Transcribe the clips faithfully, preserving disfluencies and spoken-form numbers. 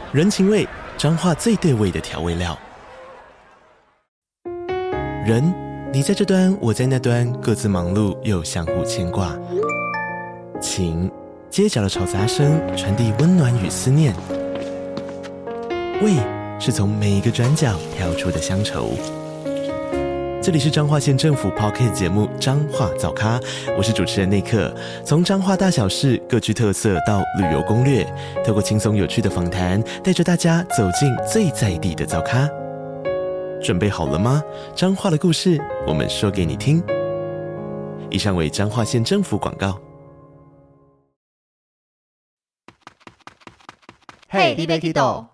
人情味，彰化最对味的调味料。人，你在这端，我在那端，各自忙碌又相互牵挂。情，街角的吵杂声传递温暖与思念。味，是从每一个转角跳出的乡愁。这里是彰化县政府 Podcast 节目《彰化早咖》，我是主持人内克。从彰化大小事各具特色到旅游攻略，透过轻松有趣的访谈，带着大家走进最在地的早咖。准备好了吗？彰化的故事，我们说给你听。以上为彰化县政府广告。 嘿，你要去哪？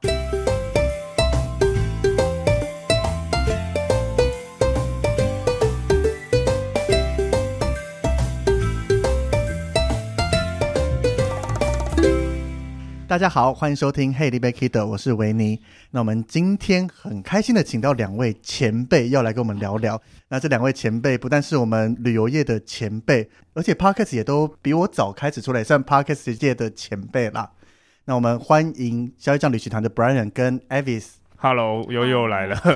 大家好，欢迎收听 Hey, 你要去哪？我是维尼。那我们今天很开心的请到两位前辈要来跟我们聊聊。那这两位前辈不但是我们旅游业的前辈，而且 Podcast 也都比我早开始出来，也算 Podcast 界的前辈啦。那我们欢迎小野酱旅行团的 Brian 跟 Avis。Hello， 悠悠来了。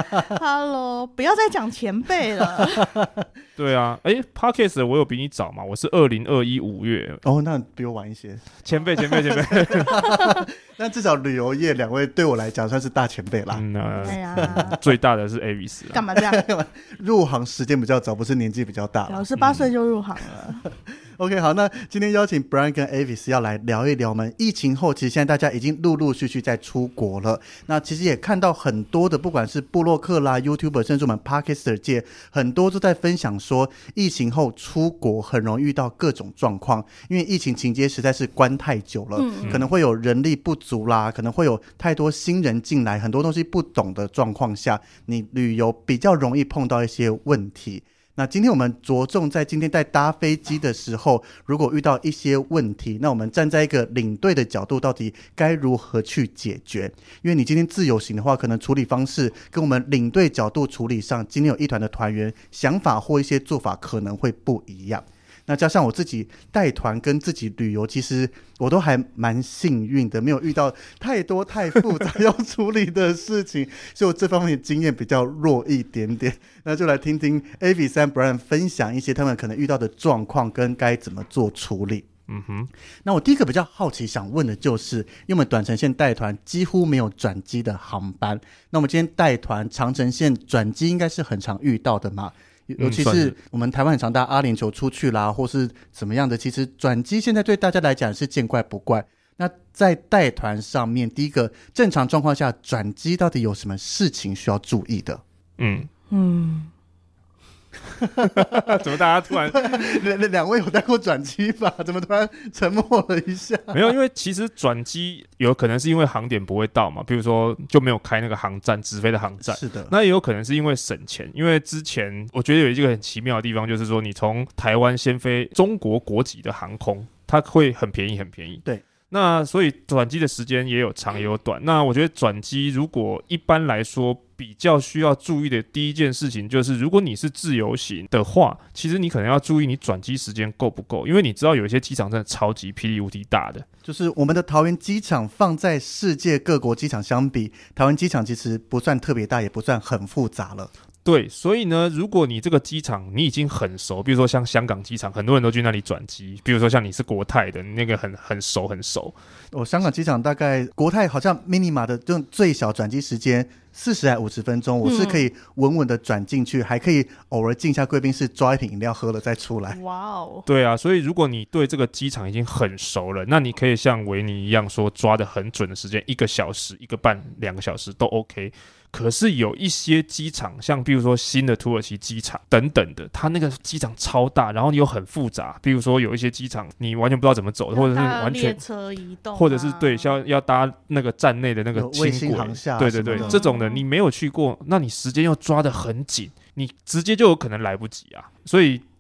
Hello， 不要再讲前辈了。 对啊，哎 ，Podcast 我有比你早嘛？我是二零二一五月。 哦，那比我晚一些。 前辈，前辈，前辈。 那至少旅游业两位对我来讲算是大前辈啦。 嗯、呃哎呀， 最大的是 Avis。 干嘛这样？入行时间比较早，不是年纪比较大。 我十八岁就入行了。 嗯OK， 好，那今天邀请 Brian 跟 Avis 要来聊一聊我们疫情后，其实现在大家已经陆陆续续在出国了。那其实也看到很多的，不管是部落客啦、YouTuber， 甚至我们 Podcaster 界，很多都在分享说，疫情后出国很容易遇到各种状况，因为疫情情节实在是关太久了，嗯、可能会有人力不足啦，可能会有太多新人进来，很多东西不懂的状况下，你旅游比较容易碰到一些问题。那今天我们着重在今天在搭飞机的时候，如果遇到一些问题，那我们站在一个领队的角度，到底该如何去解决？因为你今天自由行的话，可能处理方式跟我们领队角度处理上，今天有一团的团员想法或一些做法可能会不一样。那加上我自己带团跟自己旅游，其实我都还蛮幸运的，没有遇到太多太复杂要处理的事情，所以我这方面的经验比较弱一点点。那就来听听 Avis 和 Brian 分享一些他们可能遇到的状况跟该怎么做处理。嗯哼，那我第一个比较好奇想问的就是，因为我们短程线带团几乎没有转机的航班，那我们今天带团长程线转机应该是很常遇到的嘛？尤其是我们台湾很常搭阿联酋出去啦，或是怎么样的，其实转机现在对大家来讲是见怪不怪。那在带团上面，第一个正常状况下转机到底有什么事情需要注意的？嗯嗯， 怎么大家突然两位有带过转机吧？怎么突然沉默了一下？ 没有，因为其实转机有可能是因为航点不会到嘛，比如说就没有开那个航站，直飞的航站。 是的， 那也有可能是因为省钱，因为之前我觉得有一个很奇妙的地方，就是说你从台湾先飞中国国籍的航空，它会很便宜，很便宜。 对。 那所以转机的时间也有长也有短。那我觉得转机如果一般来说比较需要注意的第一件事情，就是如果你是自由行的话，其实你可能要注意你转机时间够不够，因为你知道有一些机场真的超级霹雳无敌大的。 就是我们的桃园机场放在世界各国机场相比，台湾机场其实不算特别大，也不算很复杂了。 对，所以呢，如果你这个机场你已经很熟，比如说像香港机场，很多人都去那里转机，比如说像你是国泰的，你那个很很熟很熟。 我、哦、香港机场大概国泰好像 minima 的这种最小转机时间四十还五十分钟，我是可以稳稳的转进去、嗯，还可以偶尔进一下贵宾室抓一瓶饮料喝了再出来。 哇哦！ 对啊，所以如果你对这个机场已经很熟了，那你可以像维尼一样说抓得很准的时间，一个小时、一个半、两个小时都 OK。可是有一些机场，像比如说新的土耳其机场等等的，它那个机场超大，然后又很复杂。比如说有一些机场你完全不知道怎么走，或者是完全列车移动、啊， 或者是对要要搭那个站内的那个卫星航厦， 对对对，这种的你没有去过，那你时间又抓得很紧，你直接就有可能来不及啊。所以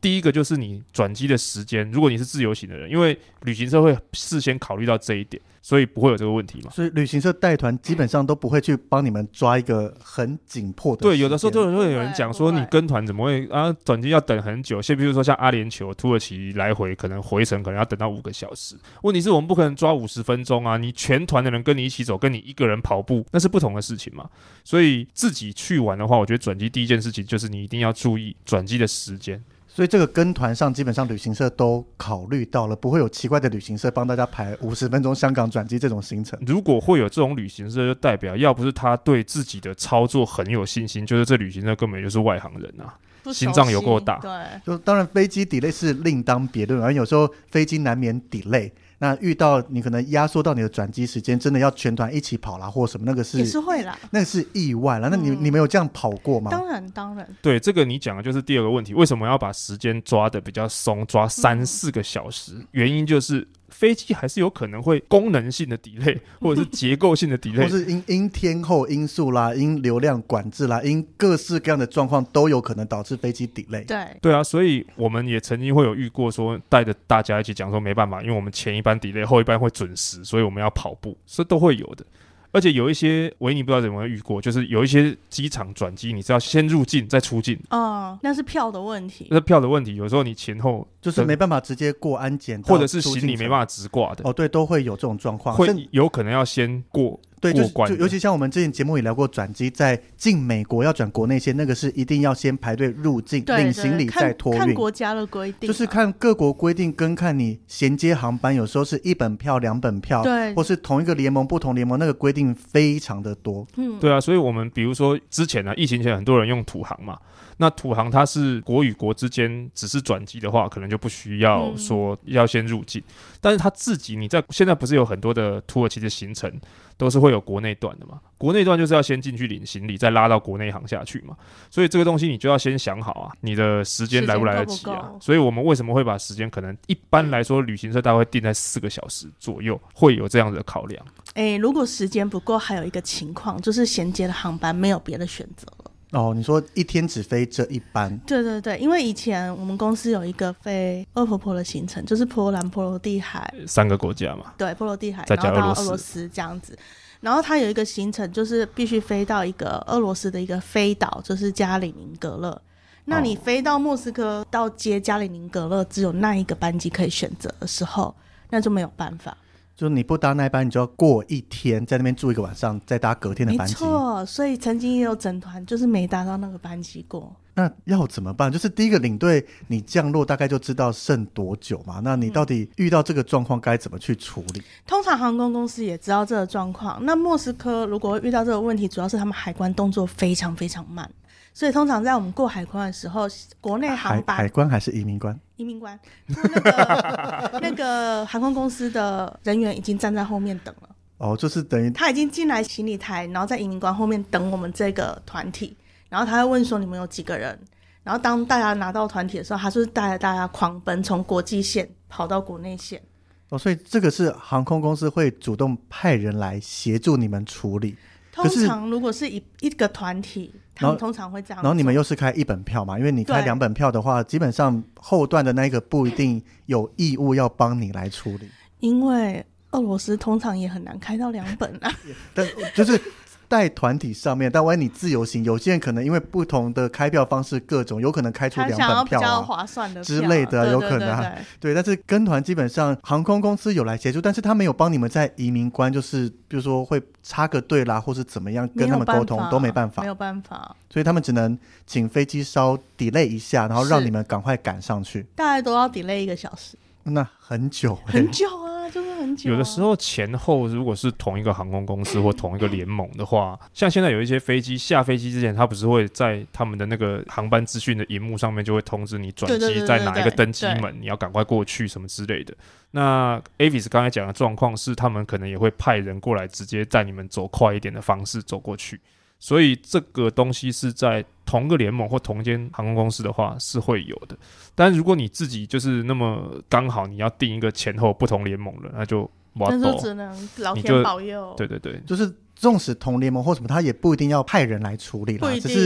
第一个就是你转机的时间，如果你是自由行的人，因为旅行社会事先考虑到这一点，所以不会有这个问题嘛。 所以旅行社带团基本上都不会去帮你们抓一个很紧迫的时间。 对，有的时候就会有人讲说，你跟团怎么会啊转机要等很久？像比如说像阿联酋、土耳其来回，可能回程可能要等到五个小时。问题是我们不可能抓五十分钟啊！你全团的人跟你一起走，跟你一个人跑步，那是不同的事情嘛。所以自己去玩的话，我觉得转机第一件事情就是你一定要注意转机的时间。 所以这个跟团上基本上旅行社都考虑到了，不会有奇怪的旅行社帮大家排五十分钟香港转机这种行程。 如果会有这种旅行社，就代表要不是他对自己的操作很有信心，就是这旅行社根本就是外行人啊，心脏有够大。 对， 就当然飞机 delay 是另当别论，而有时候飞机难免 delay。那遇到你可能压缩到你的转机时间，真的要全团一起跑啦，或什么，那个是也是会啦， 那个是意外啦。那你、嗯、你没有这样跑过吗？ 当然当然。 对，这个你讲的就是第二个问题，为什么要把时间抓得比较松，抓三四个小时？嗯、原因就是飞机还是有可能会功能性的 delay， 或者是结构性的 delay， 或是因因天候因素啦，因流量管制啦，因各式各样的状况都有可能导致飞机 delay。 对对啊，所以我们也曾经会有遇过说带着大家一起讲说没办法，因为我们前一班 delay， 后一班会准时，所以我们要跑步，所以都会有的。而且有一些维尼不知道有没有遇过，就是有一些机场转机你是要先入境再出境。 哦，那是票的问题。 那是票的问题，有时候你前后就是没办法直接过安检， 或者是行李没办法直挂的。 哦，对，都会有这种状况， 会有可能要先过。 对，就就尤其像我们之前节目也聊过，转机在进美国要转国内线，那个是一定要先排队入境，领行李再托运。 看国家的规定、啊， 就是看各国规定跟看你衔接航班，有时候是一本票、两本票， 对， 或是同一个联盟、不同联盟，那个规定非常的多。 嗯，对啊，所以我们比如说之前呢、啊，疫情前很多人用土航嘛。那土航它是国与国之间只是转机的话，可能就不需要说要先入境、嗯、但是他自己你在现在不是有很多的土耳其的行程都是会有国内段的嘛，国内段就是要先进去领行李再拉到国内航下去嘛，所以这个东西你就要先想好啊，你的时间来不来得及啊？够够，所以我们为什么会把时间可能一般来说旅行社大概会定在四个小时左右，会有这样的考量。 欸，如果时间不够，还有一个情况就是衔接的航班没有别的选择了。 哦，你说一天只飞这一班？ 对对对，因为以前我们公司有一个飞俄婆婆的行程，就是波兰、波罗的海三个国家嘛， 对，波罗的海， 再加俄罗斯， 然后到俄罗斯这样子。然后它有一个行程，就是必须飞到一个俄罗斯的一个飞岛，就是加里宁格勒。那你飞到莫斯科到接加里宁格勒，只有那一个班机可以选择的时候，那就没有办法。 就你不搭那一班，你就要过一天在那边住一个晚上，再搭隔天的班机。 没错，所以曾经也有整团就是没搭到那个班机过。 那要怎么办？就是第一个领队你降落大概就知道剩多久嘛，那你到底遇到这个状况该怎么去处理？ 通常航空公司也知道这个状况，那莫斯科如果遇到这个问题，主要是他们海关动作非常非常慢，所以通常在我们过海关的时候，国内航班海, 海关还是移民关？ 移民关，那个那个航空公司的人员已经站在后面等了。 哦，就是等于他已经进来行李台，然后在移民关后面等我们这个团体，然后他会问说你们有几个人，然后当大家拿到团体的时候，他就是带着大家狂奔，从国际线跑到国内线。 哦，所以这个是航空公司会主动派人来协助你们处理。 通常如果是一一个团体，他们通常会这样。 然后你们又是开一本票嘛，因为你开两本票的话，基本上后段的那个不一定有义务要帮你来处理。 因为俄罗斯通常也很难开到两本啊。 但就是带团体上面，但万一你自由行，有些人可能因为不同的开票方式各种，有可能开出两本票、啊、 想要比较划算的票之类的、啊、有可能、啊、对, 对, 对, 对, 对，但是跟团基本上航空公司有来协助，但是他没有帮你们在移民关，就是比如说会插个队啦，或是怎么样跟他们沟通，都没办法， 没有办法， 所以他们只能请飞机稍 delay 一下，然后让你们赶快赶上去， 大概都要 delay 一个小时。 那很久、欸、 很久啊，就是很久、啊、 有的时候前后如果是同一个航空公司或同一个联盟的话，像现在有一些飞机下飞机之前，他不是会在他们的那个航班资讯的荧幕上面就会通知你转机在哪一个登机门，你要赶快过去什么之类的。那 Avis 刚才讲的状况是他们可能也会派人过来直接带你们走快一点的方式走过去，所以这个东西是在同个联盟或同间航空公司的话是会有的，但如果你自己就是那么刚好你要订一个前后不同联盟的，那就那就只能老天保佑。 对对对， 就是纵使同联盟或什么，他也不一定要派人来处理啦，只是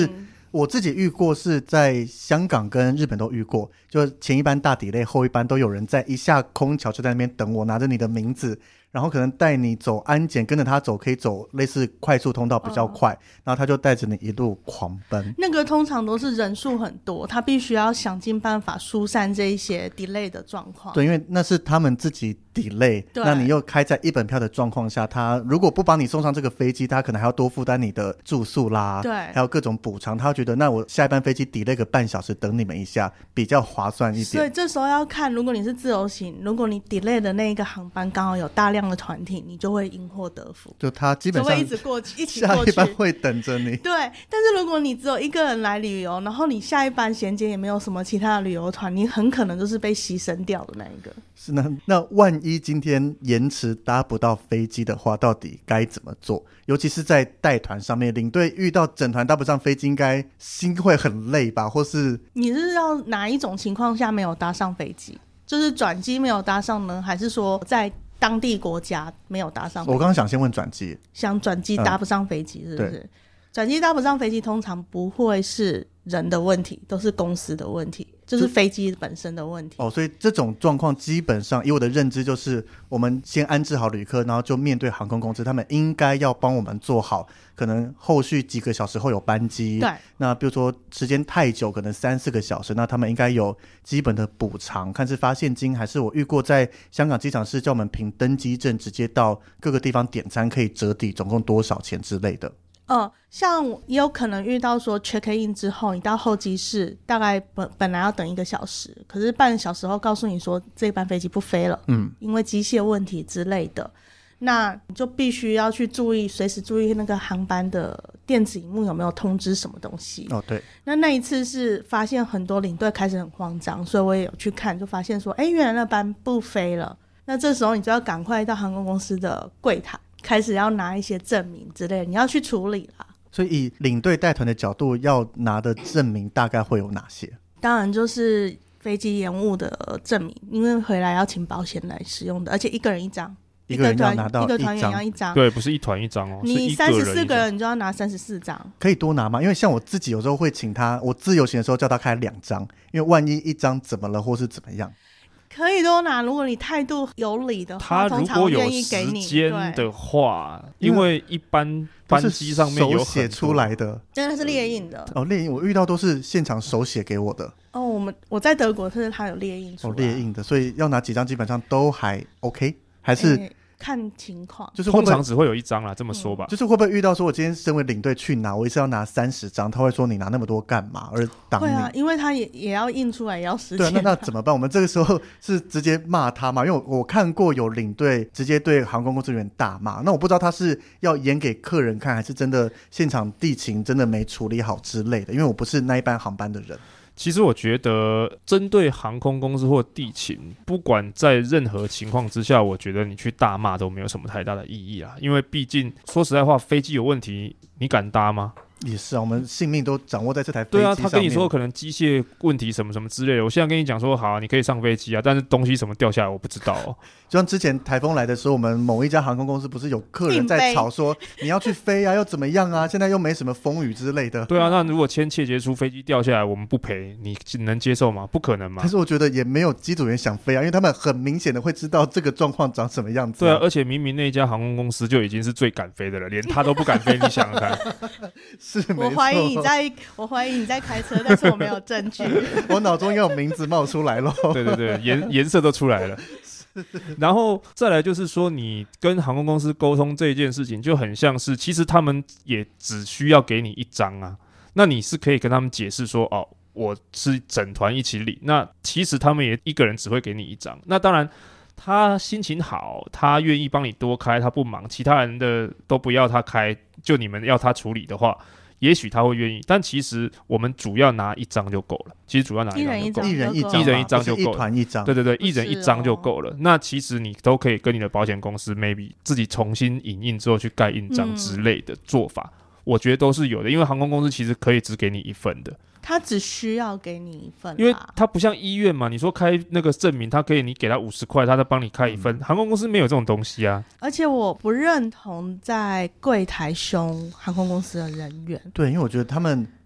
我自己遇过是在香港跟日本都遇过，就前一班大delay后一班都有人在一下空桥就在那边等我，拿着你的名字，然后可能带你走安检，跟着他走可以走类似快速通道比较快、嗯、然后他就带着你一路狂奔。 那个通常都是人数很多，他必须要想尽办法疏散这一些 delay 的状况。 对，因为那是他们自己 delay， 那你又开在一本票的状况下，他如果不帮你送上这个飞机，他可能还要多负担你的住宿啦， 对， 还有各种补偿，他会觉得那我下一班飞机 delay 个半小时等你们一下比较划算一点。 所以这时候要看，如果你是自由行，如果你 delay 的那一个航班刚好有大量的团体，你就会因祸得福， 就他基本上就会一直过去，一起过去， 下一班会等着你。 对，但是如果你只有一个人来旅游，然后你下一班衔接也没有什么其他的旅游团，你很可能就是被牺牲掉的那一个。 是那那万一今天延迟搭不到飞机的话，到底该怎么做？尤其是在带团上面，领队遇到整团搭不上飞机，应该心会很累吧？或是你是要哪一种情况下没有搭上飞机？就是转机没有搭上呢，还是说在当地国家没有搭上飞机？ 我刚刚想先问转机， 想转机搭不上飞机是不是？嗯，转机搭不上飞机通常不会是人的问题，都是公司的问题，就是飞机本身的问题。 哦，所以这种状况基本上以我的认知就是我们先安置好旅客，然后就面对航空公司，他们应该要帮我们做好可能后续几个小时后有班机， 对， 那比如说时间太久可能三四个小时，那他们应该有基本的补偿，看是发现金还是我遇过在香港机场是叫我们凭登机证直接到各个地方点餐可以折抵总共多少钱之类的。 嗯，像也有可能遇到说 check in 之后你到候机室大概本本来要等一个小时，可是半个小时后告诉你说这班飞机不飞了，嗯，因为机械问题之类的，那你就必须要去注意，随时注意那个航班的电子荧幕有没有通知什么东西。 哦，对。 那那一次是发现很多领队开始很慌张，所以我也有去看，就发现说哎，原来那班不飞了。那这时候你就要赶快到航空公司的柜台开始要拿一些证明之类的，你要去处理啦。 所以以领队带团的角度要拿的证明大概会有哪些？ 当然就是飞机延误的证明，因为回来要请保险来使用的，而且一个人一张， 一个人要拿到一张， 一个团员要一张， 对，不是一团一张哦， 你三十四个人你就要拿三十四张。 可以多拿吗？因为像我自己有时候会请他，我自由行的时候叫他开两张，因为万一一张怎么了或是怎么样。 可以多拿，如果你态度有礼的话， 他如果有时间的话，因为一般班机上面有手写出来的， 真的是列印的哦，列印我遇到都是现场手写给我的。 哦，我们我在德国是他有列印出来， 哦，列印的，所以要拿几张基本上都还 OK， 还是、欸看情况， 就是会不会通常只会有一张啦，这么说吧、 嗯，就是会不会遇到说我今天身为领队去拿，我一次要拿三十张，他会说你拿那么多干嘛？而挡你。 会啊，因为他也也要印出来，也要时间。 对、啊，那那怎么办？我们这个时候是直接骂他吗？因为 我, 我看过有领队直接对航空公司人员大骂，那我不知道他是要演给客人看，还是真的现场地勤真的没处理好之类的。因为我不是那一班航班的人。 其实我觉得针对航空公司或地勤，不管在任何情况之下，我觉得你去大骂都没有什么太大的意义啦。因为毕竟说实在话，飞机有问题你敢搭吗？ 也是啊，我们性命都掌握在这台飞机上面。 对啊，他跟你说可能机械问题什么什么之类的，我现在跟你讲说好、啊，你可以上飞机啊，但是东西什么掉下来我不知道哦。 就像之前台风来的时候，我们某一家航空公司不是有客人在吵说你要去飞啊，要怎么样啊？现在又没什么风雨之类的。 对啊，那如果签切结书，飞机掉下来我们不赔，你能接受吗？不可能嘛。 但是我觉得也没有机组员想飞啊，因为他们很明显的会知道这个状况长什么样子、啊。 对啊，而且明明那一家航空公司就已经是最敢飞的了，连他都不敢飞，你想想看。 是没错。 我怀疑你在，我怀疑你在开车，但是我没有证据。 我脑中应该有名字冒出来咯。 对对对，颜颜色都出来了。然后再来就是说，你跟航空公司沟通这一件事情，就很像是，其实他们也只需要给你一张啊，那你是可以跟他们解释说，哦，我是整团一起领，那其实他们也一个人只会给你一张，那当然他心情好，他愿意帮你多开，他不忙，其他人的都不要他开，就你们要他处理的话，也许他会愿意，但其实我们主要拿一张就够了。其实主要拿一张就够了， 一人一张， 一人一张就够了， 一团一张。 对对对，一人一张就够了。那其实你都可以跟你的保险公司 maybe 自己重新影印之后去盖印章之类的做法、嗯，我觉得都是有的。因为航空公司其实可以只给你一份的。 他只需要给你一份， 因为他不像医院嘛，你说开那个证明，他可以你给他五十块，他再帮你开一份、嗯。航空公司没有这种东西啊。 而且我不认同在柜台凶航空公司的人员。 对，因为我觉得他们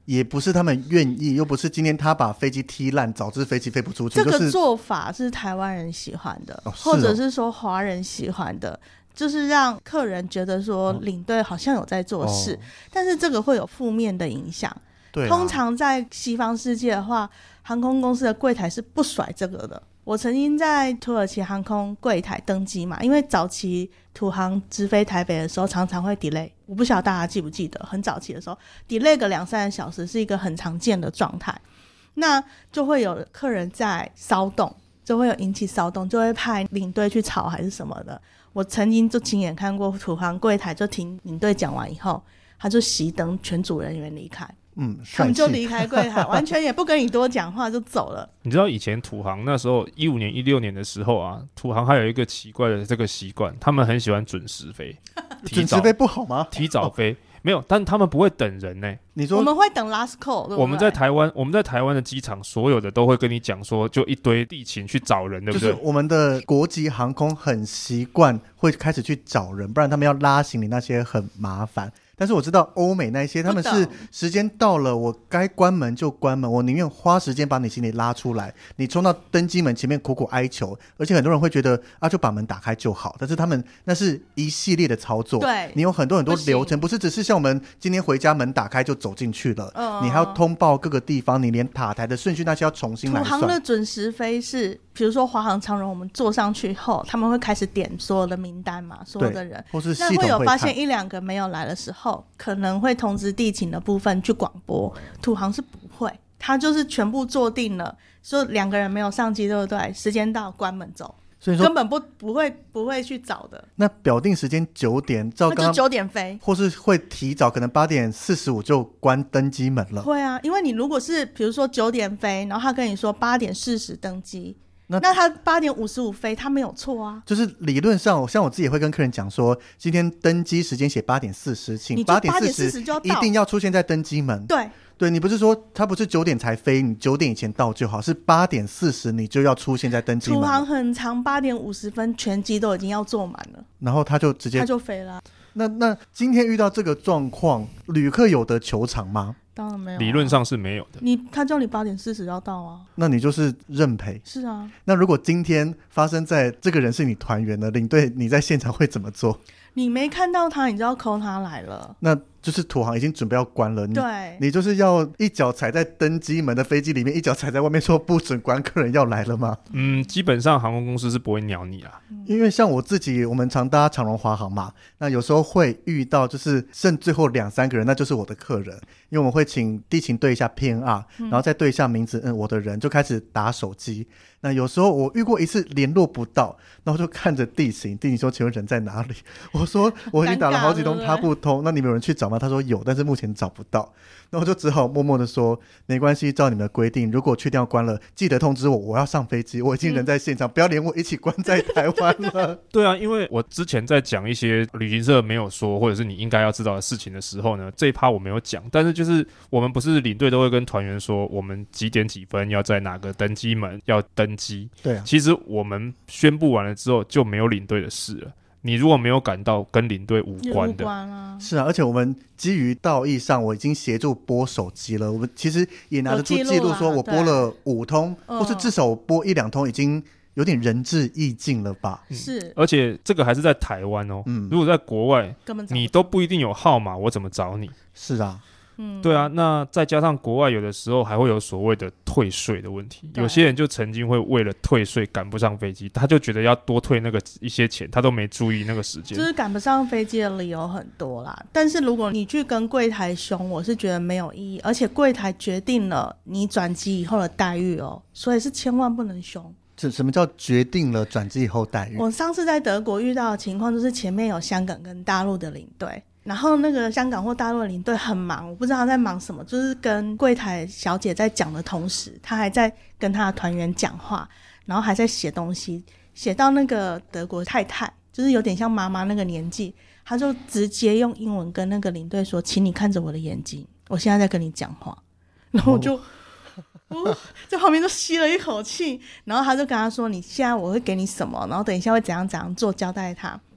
也不是他们愿意，又不是今天他把飞机踢烂导致飞机飞不出去。 这个就是做法是台湾人喜欢的， 哦是哦或者是说华人喜欢的，就是让客人觉得说领队好像有在做事， 哦但是这个会有负面的影响。 对啊， 通常在西方世界的话，航空公司的柜台是不甩这个的。我曾经在土耳其航空柜台登机嘛，因为早期土航直飞台北的时候常常会 delay， 我不晓得大家记不记得，很早期的时候 delay 个两三个小时是一个很常见的状态，那就会有客人在骚动，就会有引起骚动，就会派领队去吵还是什么的。我曾经就亲眼看过土航柜台就听领队讲完以后，他就熄灯，全组人员离开， 嗯， 他们就帅气离开柜台，完全也不跟你多讲话就走了。 你知道以前土航那时候一五年、一六年的时候啊，土航还有一个奇怪的这个习惯，他们很喜欢准时飞，提早准时飞不好吗？ 提早飞、哦、没有，但他们不会等人呢、欸。 你说我们会等 last call， 对不对？ 我们在台湾，我们在台湾的机场，所有的都会跟你讲说，就一堆地勤去找人，对不对？ 就是我们的国际航空很习惯会开始去找人，不然他们要拉行李那些很麻烦。但是我知道欧美那些他们是时间到了，我该关门就关门，我宁愿花时间把你行李拉出来，你冲到登机门前面苦苦哀求，而且很多人会觉得啊，就把门打开就好，但是他们那是一系列的操作， 对， 你有很多很多流程，不是只是像我们今天回家门打开就走进去了、嗯、你还要通报各个地方，你连塔台的顺序那些要重新来算。 土航的准时飞是比如说华航长荣，我们坐上去后他们会开始点所有的名单嘛，所有的人， 或是系统那会有发看现一两个没有来的时候，可能会通知地勤的部分去广播。土航是不会，他就是全部做定了，说两个人没有上机，对不对？时间到关门走， 所以说根本不不会不会去找的。 那表定时间九点，照刚刚那就九点飞， 或是会提早，可能八点四十五就关登机门了。 会啊，因为你如果是比如说九点飞，然后他跟你说八点四十登机， 那那他八点五十五飞，他没有错啊。 就是理论上，像我自己也会跟客人讲说，今天登机时间写八点四十，请八点四十一定要出现在登机门。 对对，你不是说他不是九点才飞，你九点以前到就好，是八点四十你就要出现在登机门。 土航很长，八点五十分全机都已经要坐满了， 然后他就直接他就飞了。 那那今天遇到这个状况，旅客有得求偿吗？ 当然没有、啊， 理论上是没有的。 你他叫你八点四十要到啊， 那你就是认赔。 是啊。 那如果今天发生在这个人是你团员的领队，你在现场会怎么做？ 你没看到他，你就要 call 他来了。 那就是土航已经准备要关了，你对， 你就是要一脚踩在登机门的飞机里面，一脚踩在外面说不准关，客人要来了吗？ 嗯，基本上航空公司是不会鸟你啦。 因为像我自己，我们常搭长荣华航嘛，那有时候会遇到就是剩最后两三个人，那就是我的客人，因为我们会请地勤对一下 P N R，、嗯、然后再对一下名字，嗯，我的人就开始打手机。那有时候我遇过一次联络不到，然后就看着地勤，地勤说请问人在哪里？我说我已经打了好几通他不通，那你们有人去找吗？他说有，但是目前找不到。那我就只好默默的说没关系，照你们的规定，如果确定要关了记得通知我，我要上飞机，我已经人在现场、嗯、不要连我一起关在台湾了。 对啊，因为我之前在讲一些旅行社没有说或者是你应该要知道的事情的时候呢，这一趴我没有讲，但是就是我们不是领队都会跟团员说我们几点几分要在哪个登机门要登机。 对啊， 其实我们宣布完了之后就没有领队的事了，你如果没有赶到跟领队无关的， 啊、 是啊，而且我们基于道义上我已经协助拨手机了，我们其实也拿得出记录说我拨了五通，或是至少我拨一两通已经有点仁至义尽了吧、 嗯、 是， 而且这个还是在台湾哦、嗯，如果在国外你都不一定有号码，我怎么找你？ 是啊， 嗯， 对啊，那再加上国外有的时候还会有所谓的退税的问题，有些人就曾经会为了退税赶不上飞机，他就觉得要多退那个一些钱，他都没注意那个时间， 就是赶不上飞机的理由很多啦。但是如果你去跟柜台凶，我是觉得没有意义，而且柜台决定了你转机以后的待遇哦，所以是千万不能凶。 这什么叫决定了转机以后待遇？ 我上次在德国遇到的情况就是前面有香港跟大陆的领队，然后那个香港或大陆的领队很忙，我不知道他在忙什么，就是跟柜台小姐在讲的同时，他还在跟他的团员讲话，然后还在写东西，写到那个德国太太就是有点像妈妈那个年纪，他就直接用英文跟那个领队说，请你看着我的眼睛，我现在在跟你讲话。然后我就、哦哦、在旁边就吸了一口气，然后他就跟他说，你现在我会给你什么，然后等一下会怎样怎样做，交代他。然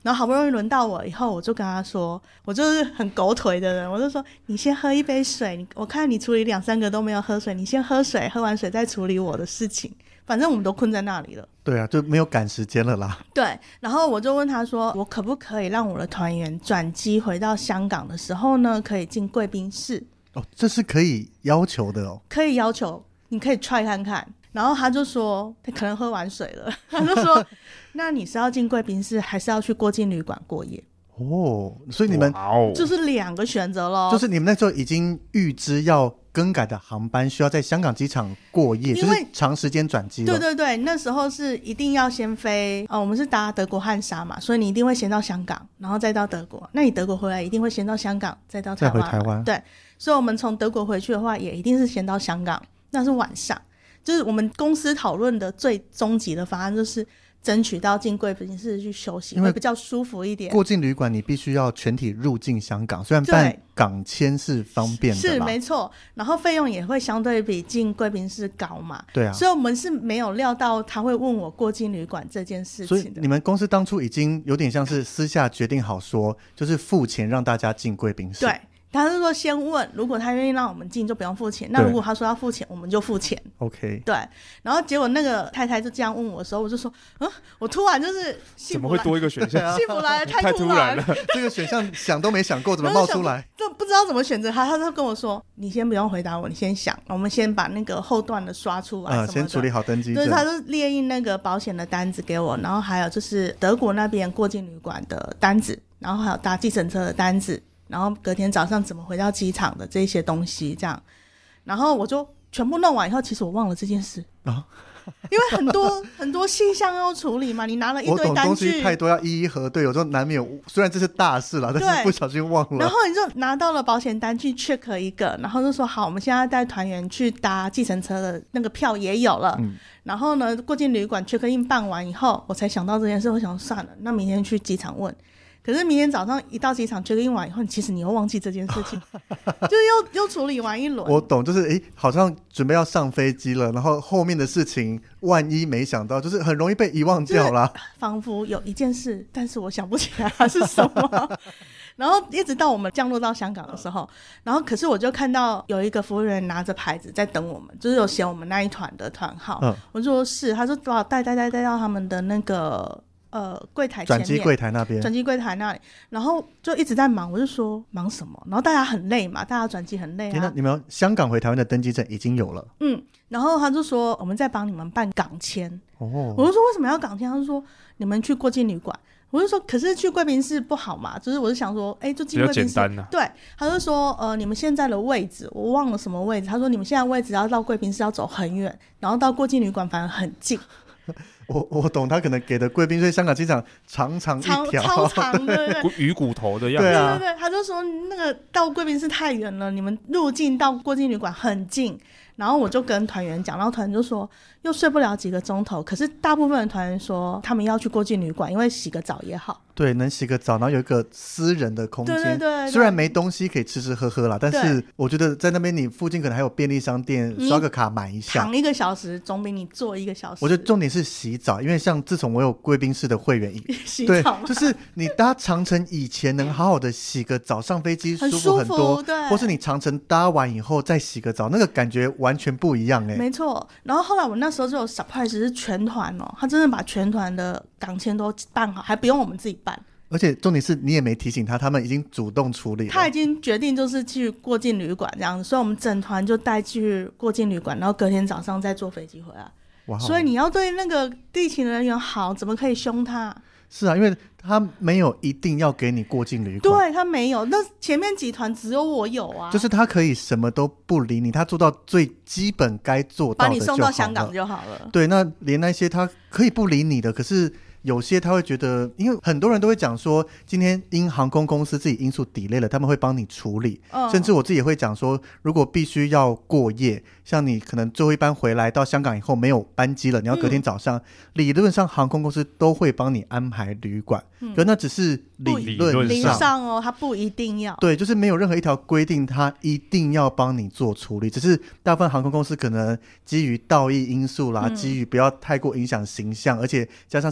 然后好不容易轮到我以后，我就跟他说，我就是很狗腿的人，我就说你先喝一杯水，你我看你处理两三个都没有喝水，你先喝水，喝完水再处理我的事情，反正我们都困在那里了。 对啊，就没有赶时间了啦。 对，然后我就问他说，我可不可以让我的团员转机回到香港的时候呢，可以进贵宾室？ 哦，这是可以要求的哦。 可以要求，你可以 try 看看。然后他就说他可能喝完水了，他就说那你是要进贵宾室还是要去过境旅馆过夜？ 哦，所以你们就是两个选择咯， 就是你们那时候已经预知要更改的航班需要在香港机场过夜，就是长时间转机了。 对对对，那时候是一定要先飞、呃、我们是搭德国汉莎嘛，所以你一定会先到香港然后再到德国，那你德国回来一定会先到香港再到台湾， 再回台湾。 对，所以我们从德国回去的话也一定是先到香港，那是晚上。就是我们公司讨论的最终极的方案就是争取到进贵宾室去休息，会比较舒服一点。 过境旅馆你必须要全体入境香港，虽然办港签是方便的啦， 是没错，然后费用也会相对比进贵宾室高嘛。 对啊， 所以我们是没有料到他会问我过境旅馆这件事情的。 所以你们公司当初已经有点像是私下决定好说，就是付钱让大家进贵宾室。 对，他是说先问，如果他愿意让我们进就不用付钱，那如果他说要付钱我们就付钱。 OK， 对，然后结果那个太太就这样问我的时候，我就说嗯，我突然就是怎么会多一个选项？ 幸福来的太突然了， 这个选项想都没想过怎么冒出来， 就不知道怎么选择他。他就跟我说你先不用回答我，你先想，我们先把那个后段的刷出来什么的、 嗯、先处理好登记证。 对，他就列印那个保险的单子给我，然后还有就是德国那边过境旅馆的单子，然后还有搭计程车的单子，然后隔天早上怎么回到机场的这些东西这样。然后我就全部弄完以后，其实我忘了这件事啊，因为很多很多细项要处理嘛，你拿了一堆单据， 我懂东西太多要一一核对，有时候难免虽然这是大事啦，但是不小心忘了。 然后你就拿到了保险单去 check 一个，然后就说好，我们现在带团员去搭计程车的那个票也有了、嗯、然后呢过境旅馆 check in 办完以后，我才想到这件事。我想算了，那明天去机场问。可是明天早上一到机场 check in 完以后，其实你又忘记这件事情就是又又处理完一轮。 我懂，就是诶好像准备要上飞机了，然后后面的事情万一没想到，就是很容易被遗忘掉啦、就是、 仿佛有一件事，但是我想不起来它是什么然后一直到我们降落到香港的时候，然后可是我就看到有一个服务员拿着牌子在等我们，就是有写我们那一团的团号、嗯、我就说是，他说把我带带带带到他们的那个呃，柜台前面， 转机柜台那边， 转机柜台那里，然后就一直在忙，我就说忙什么？然后大家很累嘛，大家转机很累啊。 你们香港回台湾的登机证已经有了， 嗯，然后他就说我们在帮你们办港签，哦，我就说为什么要港签？他就说你们去过境旅馆。我就说可是去贵宾室不好嘛，就是我就想说哎，就进贵宾室比较简单啊。 对，他就说呃，你们现在的位置我忘了什么位置，他说你们现在位置要到贵宾室要走很远，然后到过境旅馆反而很近。 我我懂，他可能给的贵宾，所以香港机场长长一条， 超长的鱼骨头的样子。 对啊， 对对对，他就说那个到贵宾室太远了，你们入境到过境旅馆很近。然后我就跟团员讲，然后团员就说又睡不了几个钟头，可是大部分的团员说他们要去过境旅馆，因为洗个澡也好。 对，能洗个澡，然后有一个私人的空间。 对对 对, 对， 虽然没东西可以吃吃喝喝啦，但是我觉得在那边你附近可能还有便利商店，刷个卡买一下， 躺一个小时总比你坐一个小时。 我觉得重点是洗澡，因为像自从我有贵宾室的会员， 洗澡对，就是你搭长程以前能好好的洗个澡，上飞机舒服很多， 对， 或是你长程搭完以后再洗个澡，那个感觉完全不一样。 没错，然后后来我那时候就有 surprise 是全团哦，他真的把全团的港签都办好，还不用我们自己办。 而且重点是你也没提醒他，他们已经主动处理了， 他已经决定就是去过境旅馆这样子，所以我们整团就带去过境旅馆，然后隔天早上再坐飞机回来。哇，所以你要对那个地勤人员好，怎么可以凶他？ 是啊，因为他没有一定要给你过境旅馆， 对，他没有，那前面几团只有我有啊， 就是他可以什么都不理你，他做到最基本该做到的就好了， 把你送到香港就好了。 对，那连那些他可以不理你的，可是有些他会觉得，因为很多人都会讲说今天因航空公司自己因素 delay 了，他们会帮你处理、嗯、甚至我自己也会讲说，如果必须要过夜，像你可能最后一班回来到香港以后没有班机了，你要隔天早上、嗯、理论上航空公司都会帮你安排旅馆、嗯、可那只是理论上理上哦，他不一定要， 对，就是没有任何一条规定他一定要帮你做处理，只是大部分航空公司可能基于道义因素啦、嗯、基于不要太过影响形象，而且加上是他们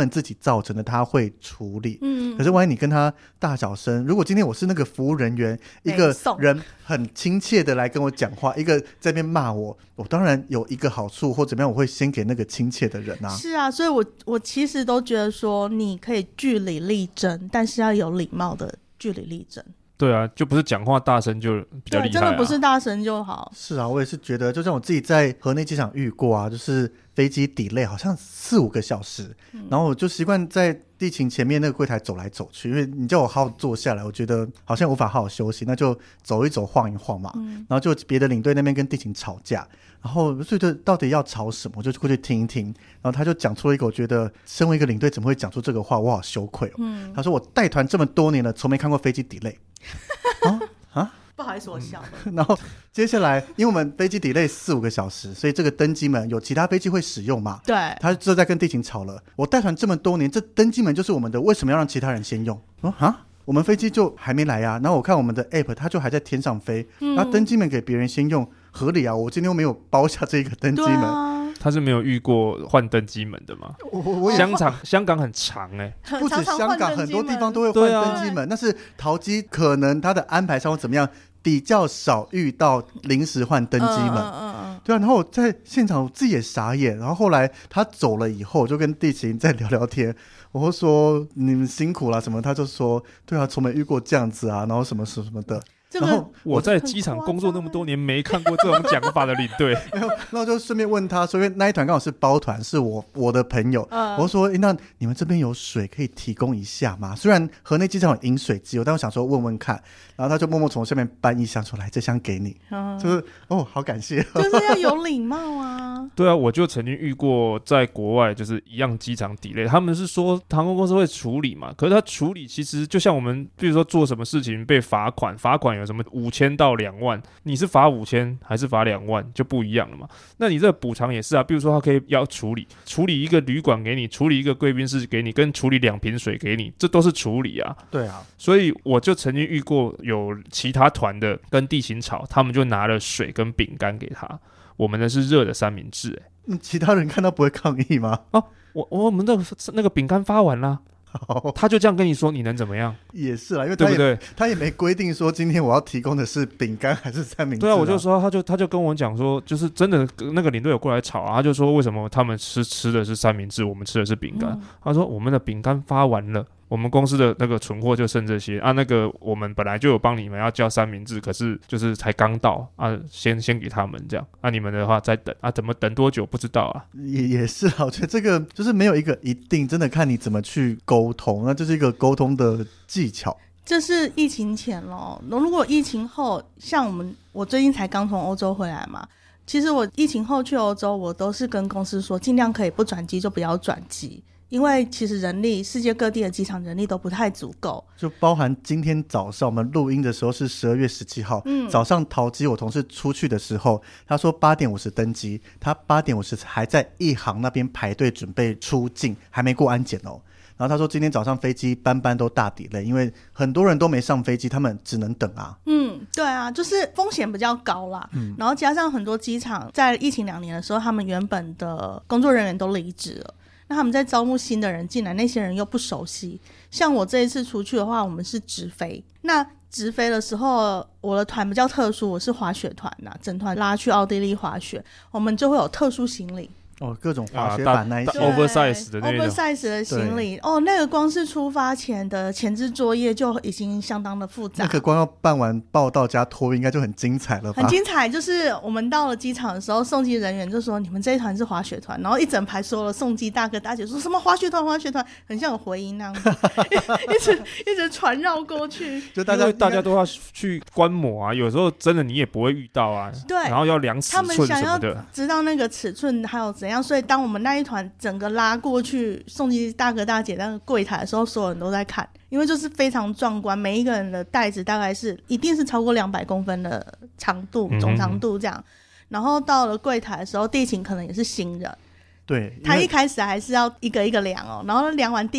们自己造成的，他会处理。 嗯， 可是万一你跟他大小声，如果今天我是那个服务人员，一个人很亲切的来跟我讲话，一个在那边骂我，我当然有一个好处或怎么样，我会先给那个亲切的人啊。 是啊，所以我我其实都觉得说，你可以据理力争，但是要有礼貌的据理力争。 对啊，就不是讲话大声就比较厉害、啊、 对，真的不是大声就好。 是啊，我也是觉得，就像我自己在河内机场遇过啊，就是飞机 delay 好像四五个小时、嗯、然后我就习惯在地勤前面那个柜台走来走去，因为你叫我好好坐下来，我觉得好像无法好好休息，那就走一走晃一晃嘛、嗯、然后就别的领队那边跟地勤吵架，然后我觉得到底要吵什么，我就过去听一听，然后他就讲出了一个我觉得身为一个领队怎么会讲出这个话，我好羞愧哦、嗯、他说我带团这么多年了，从没看过飞机 delay 啊啊不好意思我笑了、 嗯、然后接下来因为我们飞机 delay 四五个小时，所以这个登机门有其他飞机会使用嘛， 对， 他就在跟地勤吵了，我带团这么多年，这登机门就是我们的，为什么要让其他人先用啊？我们飞机就还没来啊，然后我看我们的 app 它就还在天上飞、嗯、然后登机门给别人先用合理啊，我今天又没有包下这个登机门、 啊、 他是没有遇过换登机门的吗？ 我我香港香港很长哎、 欸，不止香港很多地方都会换登机门，但是桃机可能它的安排上会怎么样，比较少遇到临时换登机门、嗯嗯嗯、对啊，然后我在现场我自己也傻眼，然后后来他走了以后我就跟地勤再聊聊天，我就说你们辛苦了什么，他就说对啊，从没遇过这样子啊，然后什么什么什么的、 这个、 然后我在机场工作那么多年没看过这种讲法的领队然后就顺便问他说，因为那一团刚好是包团，是我我的朋友、嗯、我说那你们这边有水可以提供一下吗？虽然河内机场有饮水机，但我想说问问看，然后他就默默从下面搬一箱出来，这箱给你、嗯、就是哦好感谢就是要有礼貌啊对啊，我就曾经遇过在国外就是一样机场 delay， 他们是说航空公司会处理嘛，可是他处理其实就像我们比如说做什么事情被罚款，罚款有什么五千到两万，你是罚五千还是罚两万就不一样了嘛。那你这个补偿也是啊，比如说他可以要处理处理一个旅馆给你，处理一个贵宾室给你，跟处理两瓶水给你，这都是处理啊。 对啊， 所以我就曾经遇过有其他团的跟地勤吵，他们就拿了水跟饼干给他，我们的是热的三明治、欸嗯、其他人看到不会抗议吗？ 哦，我我们的那个饼干发完啦，他就这样跟你说，你能怎么样？ 也是啦，因为他也对不对？ 他也没规定说今天我要提供的是饼干还是三明治、啊。 对啊，我就说，他就他就跟我讲说，就是真的那个领队有过来吵啊，他就说为什么他们吃吃的是三明治，我们吃的是饼干、嗯？他说我们的饼干发完了。我们公司的那个存货就剩这些啊，那个我们本来就有帮你们要叫三明治，可是就是才刚到啊，先先给他们这样啊，你们的话再等啊，怎么等多久不知道啊？ 也也是啊，我觉得这个就是没有一个一定，真的看你怎么去沟通，那就是一个沟通的技巧。 这是疫情前咯，如果疫情后，像我们我最近才刚从欧洲回来嘛，其实我疫情后去欧洲，我都是跟公司说，尽量可以不转机就不要转机。因为其实人力世界各地的机场人力都不太足够， 就包含今天早上我们录音的时候是十二月十七号、嗯、早上桃机我同事出去的时候，他说八点五十登机，他八点五十还在一航那边排队准备出境，还没过安检哦。然后他说今天早上飞机班班都大delay，因为很多人都没上飞机，他们只能等啊。 嗯，对啊，就是风险比较高啦、嗯、然后加上很多机场在疫情两年的时候，他们原本的工作人员都离职了，那他们在招募新的人进来，那些人又不熟悉。像我这一次出去的话，我们是直飞，那直飞的时候我的团比较特殊，我是滑雪团啊，整团拉去奥地利滑雪，我们就会有特殊行李哦，各种滑雪板那一些、 啊、oversize 的那种 oversize 的行李哦，那个光是出发前的前置作业就已经相当的复杂， 那个光要办完报到加托运应该就很精彩了吧？ 很精彩，就是我们到了机场的时候，送机人员就说你们这一团是滑雪团，然后一整排所有的送机大哥大姐说什么滑雪团滑雪团，很像有回音那样子一, 一直一直传绕过去， 就大家大家都要去观摩啊，有时候真的你也不会遇到啊， 对， 然后要量尺寸什么的，他们想要知道那个尺寸还有怎样，所以当我们那一团整个拉过去送机大哥大姐那个柜台的时候，所有人都在看，因为就是非常壮观，每一个人的袋子大概是一定是超过两百公分的长度总长度这样、嗯、然后到了柜台的时候，地勤可能也是新人， 对， 他一开始还是要一个一个量哦，然后量完第一个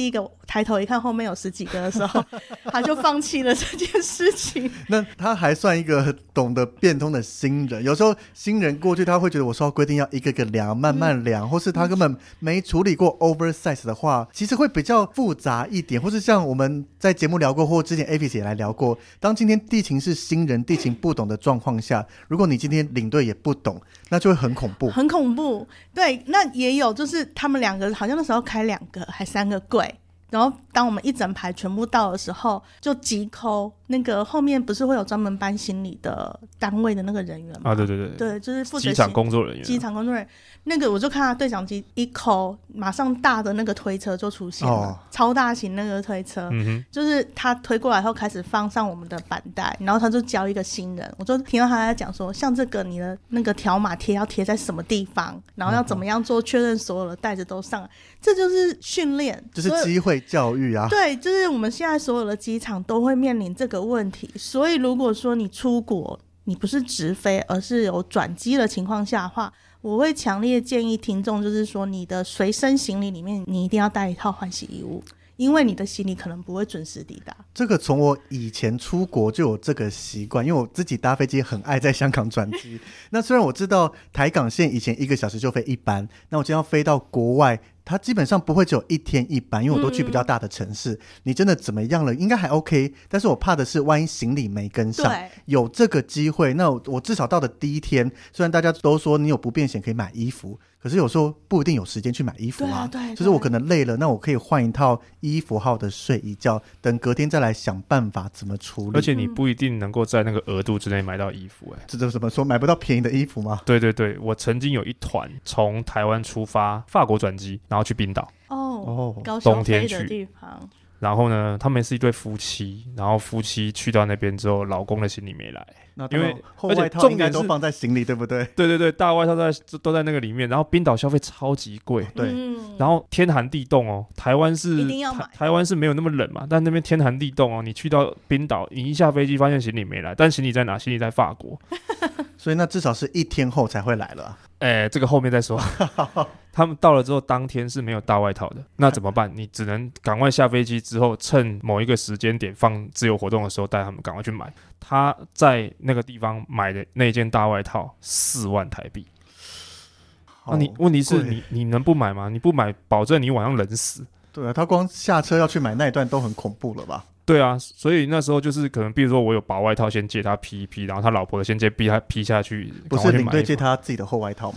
抬头一看后面有十几个的时候他就放弃了这件事情。 那他还算一个懂得变通的新人，有时候新人过去他会觉得我说规定要一个个量慢慢量、嗯、或是他根本没处理过 oversize 的话其实会比较复杂一点，或是像我们在节目聊过或之前 Avis 也来聊过，当今天地勤是新人地勤不懂的状况下，如果你今天领队也不懂，那就会很恐怖很恐怖。对，那也有就是他们两个好像那时候开两个还三个柜，然后当我们一整排全部到的时候就急扣那个后面不是会有专门搬行李的单位的那个人员吗？ 啊，对对对对，就是负责机场工作人员， 机场工作人员那个我就看他对讲机一扣，马上大的那个推车就出现了、哦、超大型那个推车、嗯、哼就是他推过来后开始放上我们的板带，然后他就教一个新人，我就听到他在讲说像这个你的那个条码贴要贴在什么地方，然后要怎么样做确认所有的袋子都上来、嗯、这就是训练， 就是机会教育啊。 对，就是我们现在所有的机场都会面临这个问题，所以如果说你出国你不是直飞而是有转机的情况下的话，我会强烈建议听众就是说你的随身行李里面你一定要带一套换洗衣物，因为你的行李可能不会准时抵达。 这个从我以前出国就有这个习惯，因为我自己搭飞机很爱在香港转机那虽然我知道台港线以前一个小时就飞一班，那我今天要飞到国外它基本上不会只有一天一班，因为我都去比较大的城市、嗯、你真的怎么样了应该还 OK， 但是我怕的是万一行李没跟上，有这个机会那 我, 我至少到的第一天，虽然大家都说你有不便险可以买衣服，可是有时候不一定有时间去买衣服啊， 对啊对， 就是我可能累了，那我可以换一套衣服号的睡一觉，等隔天再来想办法怎么处理。 而且你不一定能够在那个额度之内买到衣服、欸、 这怎么说买不到便宜的衣服吗？ 对对对，我曾经有一团从台湾出发法国转机然后去冰岛哦，高消费的地方， 然后呢他们是一对夫妻，然后夫妻去到那边之后老公的行李没来，因为后外套应该都放在行李对不对？ 对对对，大外套都 在, 都在那个里面，然后冰岛消费超级贵， 对、 嗯， 然后天寒地冻哦，台湾是一定要买， 台湾是没有那么冷嘛，但那边天寒地冻哦，你去到冰岛你一下飞机发现行李没来，但行李在哪？行李在法国所以那至少是一天后才会来了、啊、 哎，这个后面再说他们到了之后当天是没有大外套的，那怎么办？你只能赶快下飞机之后趁某一个时间点放自由活动的时候带他们赶快去买。他在那个地方买的那件大外套四万台币，那你问题是你你能不买吗？你不买保证你晚上冷死。 对啊，他光下车要去买那一段都很恐怖了吧？ 对啊，所以那时候就是可能比如说我有薄外套先借他披一披，然后他老婆的先借逼他披下去， 不是领队借他自己的厚外套吗？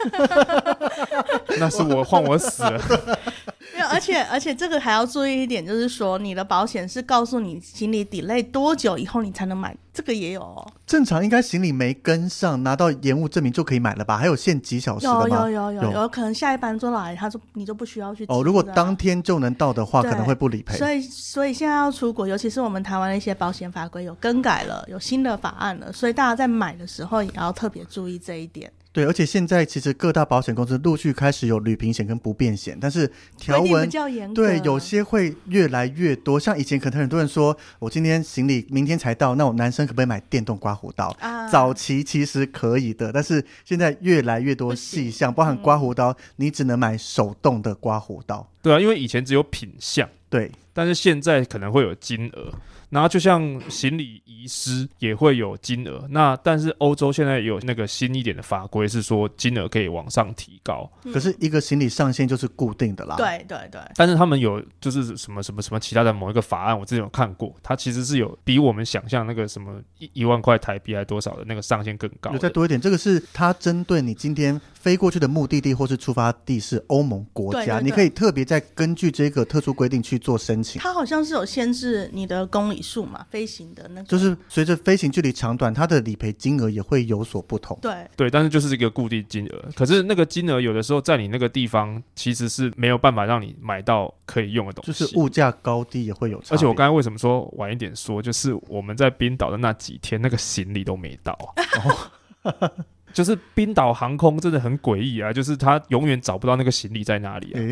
那是我换我死了没有，而且而且这个还要注意一点，就是说你的保险是告诉你行李 delay 多久以后你才能买，这个也有哦。 正常应该行李没跟上拿到延误证明就可以买了吧？还有限几小时的吗？ 有有有有有可能下一班就来他就你就不需要去哦。如果当天就能到的话可能会不理赔， 所以所以现在要出国，尤其是我们台湾的一些保险法规有更改了，有新的法案了，所以大家在买的时候也要特别注意这一点。 对，而且现在其实各大保险公司陆续开始有旅平险跟不便险，但是条文比较严格， 对，有些会越来越多。像以前可能很多人说我今天行李明天才到，那我男生可不可以买电动刮胡刀、啊、早期其实可以的，但是现在越来越多细项，包含刮胡刀、嗯、你只能买手动的刮胡刀。 对啊，因为以前只有品项， 对， 但是现在可能会有金额，然后就像行李遗失也会有金额，那但是欧洲现在有那个新一点的法规是说金额可以往上提高、 嗯、可是一个行李上限就是固定的啦。 对对对， 但是他们有就是什么什么什么其他的某一个法案，我之前有看过，它其实是有比我们想象那个什么一一万块台币还多少的那个上限更高的， 有再多一点。这个是它针对你今天飞过去的目的地或是出发地是欧盟国家，对对对，你可以特别再根据这个特殊规定去做申请。 它好像是有限制你的公里数嘛，飞行的那个， 就是随着飞行距离长短，它的理赔金额也会有所不同。 对对，但是就是一个固定金额，可是那个金额有的时候在你那个地方其实是没有办法让你买到可以用的东西， 就是物价高低也会有差别。 而且我刚才为什么说晚一点说，就是我们在冰岛的那几天那个行李都没到、哦就是冰岛航空真的很诡异啊，就是他永远找不到那个行李在哪里啊、欸、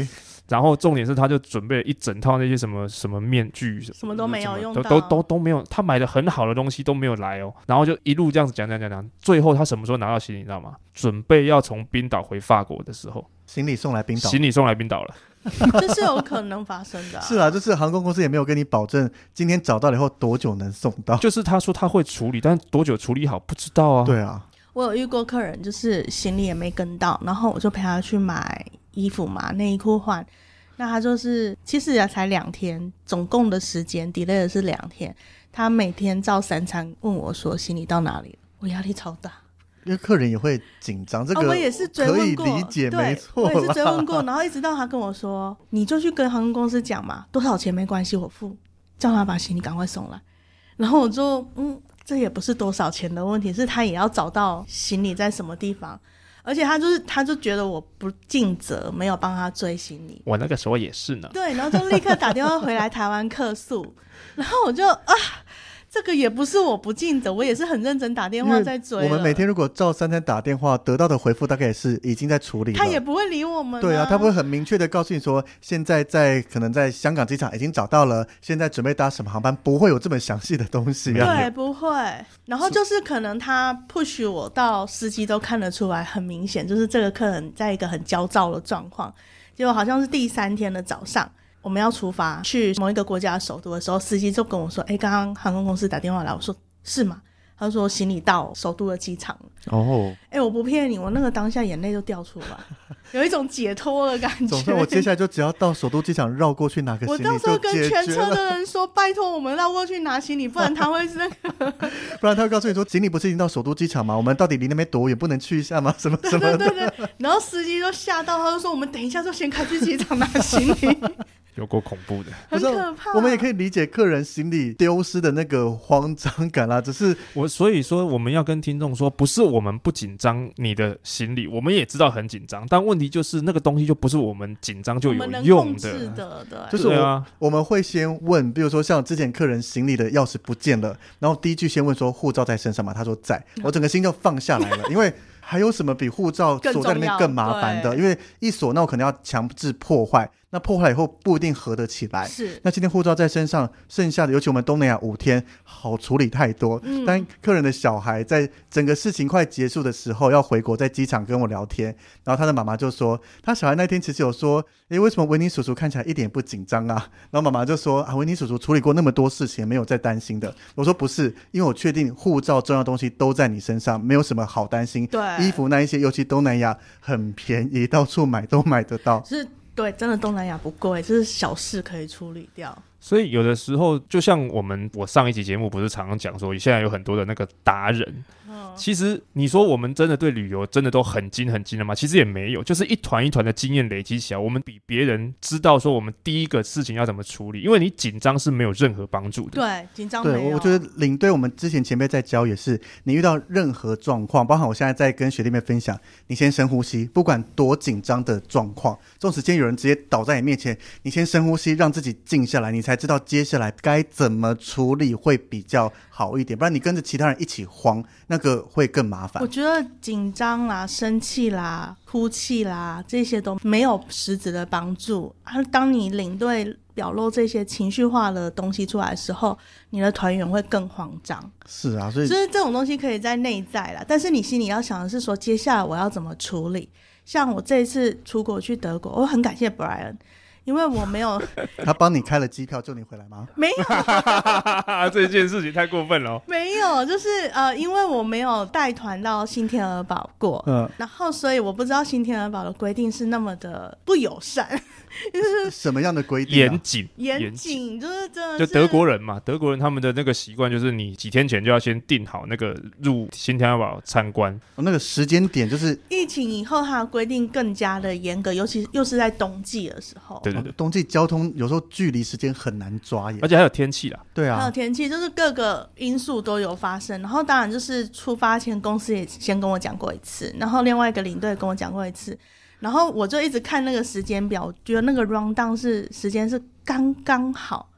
然后重点是他就准备了一整套那些什么什么面具， 什么都没有用到， 都都都都没有，他买的很好的东西都没有来哦，然后就一路这样子讲讲讲讲，最后他什么时候拿到行李你知道吗？准备要从冰岛回法国的时候， 行李送来冰岛， 行李送来冰岛了。 这是有可能发生的、啊。 是啊，就是航空公司也没有跟你保证今天找到了以后多久能送到， 就是他说他会处理，但多久处理好不知道啊。 对啊， 我有遇过客人，就是行李也没跟到，然后我就陪他去买衣服嘛，内衣裤换。那他就是其实也才两天，总共的时间 delay 的是两天。他每天照三餐问我说行李到哪里了，我压力超大。 因为客人也会紧张，这个、 哦、我也是追问过， 可以理解，没错， 我也是追问过，然后一直到他跟我说，你就去跟航空公司讲嘛，多少钱没关系，我付，叫他把行李赶快送来。然后我就嗯，这也不是多少钱的问题，是他也要找到行李在什么地方，而且他就是他就觉得我不尽责，没有帮他追行李。 我那个时候也是呢， 对，然后就立刻打电话回来台湾客诉，然后我就啊。这个也不是我不尽责，我也是很认真打电话在追了。 我们每天如果照三餐打电话，得到的回复大概也是已经在处理了。 他也不会理我们、啊。 对啊，他不会很明确的告诉你说，现在在可能在香港机场已经找到了，现在准备搭什么航班，不会有这么详细的东西、啊。 对，不会。然后就是可能他 push 我到司机都看得出来，很明显就是这个客人在一个很焦躁的状况。结果好像是第三天的早上。我们要出发去某一个国家的首都的时候，司机就跟我说：“哎，刚刚航空公司打电话来。”我说：“是吗？”他说：“行李到首都的机场了。”哦，哎，我不骗你，我那个当下眼泪就掉出来，有一种解脱的感觉。 总之，我接下来就只要到首都机场绕过去拿个行李就解决了。 我到时候跟全车的人说：“拜托，我们绕过去拿行李，不然他会是那个…… 不然他会告诉你说，行李不是已经到首都机场吗？我们到底离那边多远，不能去一下吗？什么什么的。” 对对对，然后司机就吓到，他就说：“我们等一下就先开去机场拿行李。” 有够恐怖的， 很可怕。 我们也可以理解客人行李丢失的那个慌张感啦，只是我所以说我们要跟听众说，不是我们不紧张你的行李，我们也知道很紧张，但问题就是那个东西就不是我们紧张就有用的， 我们能控制的，对， 就是我、 啊、 我们会先问，比如说像之前客人行李的钥匙不见了，然后第一句先问说护照在身上吗？他说在，我整个心就放下来了，因为还有什么比护照锁在里面更麻烦的？因为一锁，那我可能要强制破坏。那破坏以后不一定合得起来， 是。 那今天护照在身上，剩下的尤其我们东南亚五天，好处理太多。嗯、但客人的小孩在整个事情快结束的时候要回国，在机场跟我聊天，然后他的妈妈就说，他小孩那天其实有说，诶，为什么维尼叔叔看起来一点不紧张啊？然后妈妈就说，啊，维尼叔叔处理过那么多事情，没有再担心的。我说不是，因为我确定护照重要东西都在你身上，没有什么好担心。 对， 衣服那一些，尤其东南亚很便宜，到处买都买得到。 是。对，真的东南亚不贵，这是小事可以处理掉。 所以有的时候，就像我们我上一集节目不是常常讲说，现在有很多的那个达人。嗯、其实你说我们真的对旅游真的都很精很精了吗？其实也没有，就是一团一团的经验累积起来，我们比别人知道说我们第一个事情要怎么处理。因为你紧张是没有任何帮助的。 对，紧张没有。 对，我觉得领队我们之前前辈在教也是，你遇到任何状况，包含我现在在跟学弟妹分享，你先深呼吸，不管多紧张的状况，纵使今天有人直接倒在你面前，你先深呼吸，让自己静下来，你才知道接下来该怎么处理会比较好一点，不然你跟着其他人一起慌，那个会更麻烦。 我觉得紧张啦、生气啦、哭泣啦，这些都没有实质的帮助。啊，当你领队表露这些情绪化的东西出来的时候，你的团员会更慌张。 是啊，所以就是这种东西可以在内在啦，但是你心里要想的是说，接下来我要怎么处理。像我这一次出国去德国，我很感谢 Brian， 因为我没有他帮你开了机票救你回来吗？ 没有这件事情太过分了、哦、 没有，就是呃，因为我没有带团到新天鹅堡过，嗯，然后所以我不知道新天鹅堡的规定是那么的不友善。 就是什么样的规定、啊？ 严谨， 严谨，就是真的就德国人嘛，德国人他们的那个习惯就是你几天前就要先订好那个入新天鹅堡参观、 哦，那个时间点就是疫情以后，它的规定更加的严格，尤其又是在冬季的时候。 对对对， 哦、冬季交通有时候距离时间很难抓耶， 而且还有天气啦。 对啊， 还有天气，就是各个因素都有发生。然后当然就是出发前公司也先跟我讲过一次，然后另外一个领队跟我讲过一次。然后我就一直看那个时间表，觉得那个 round down 是时间是刚刚好，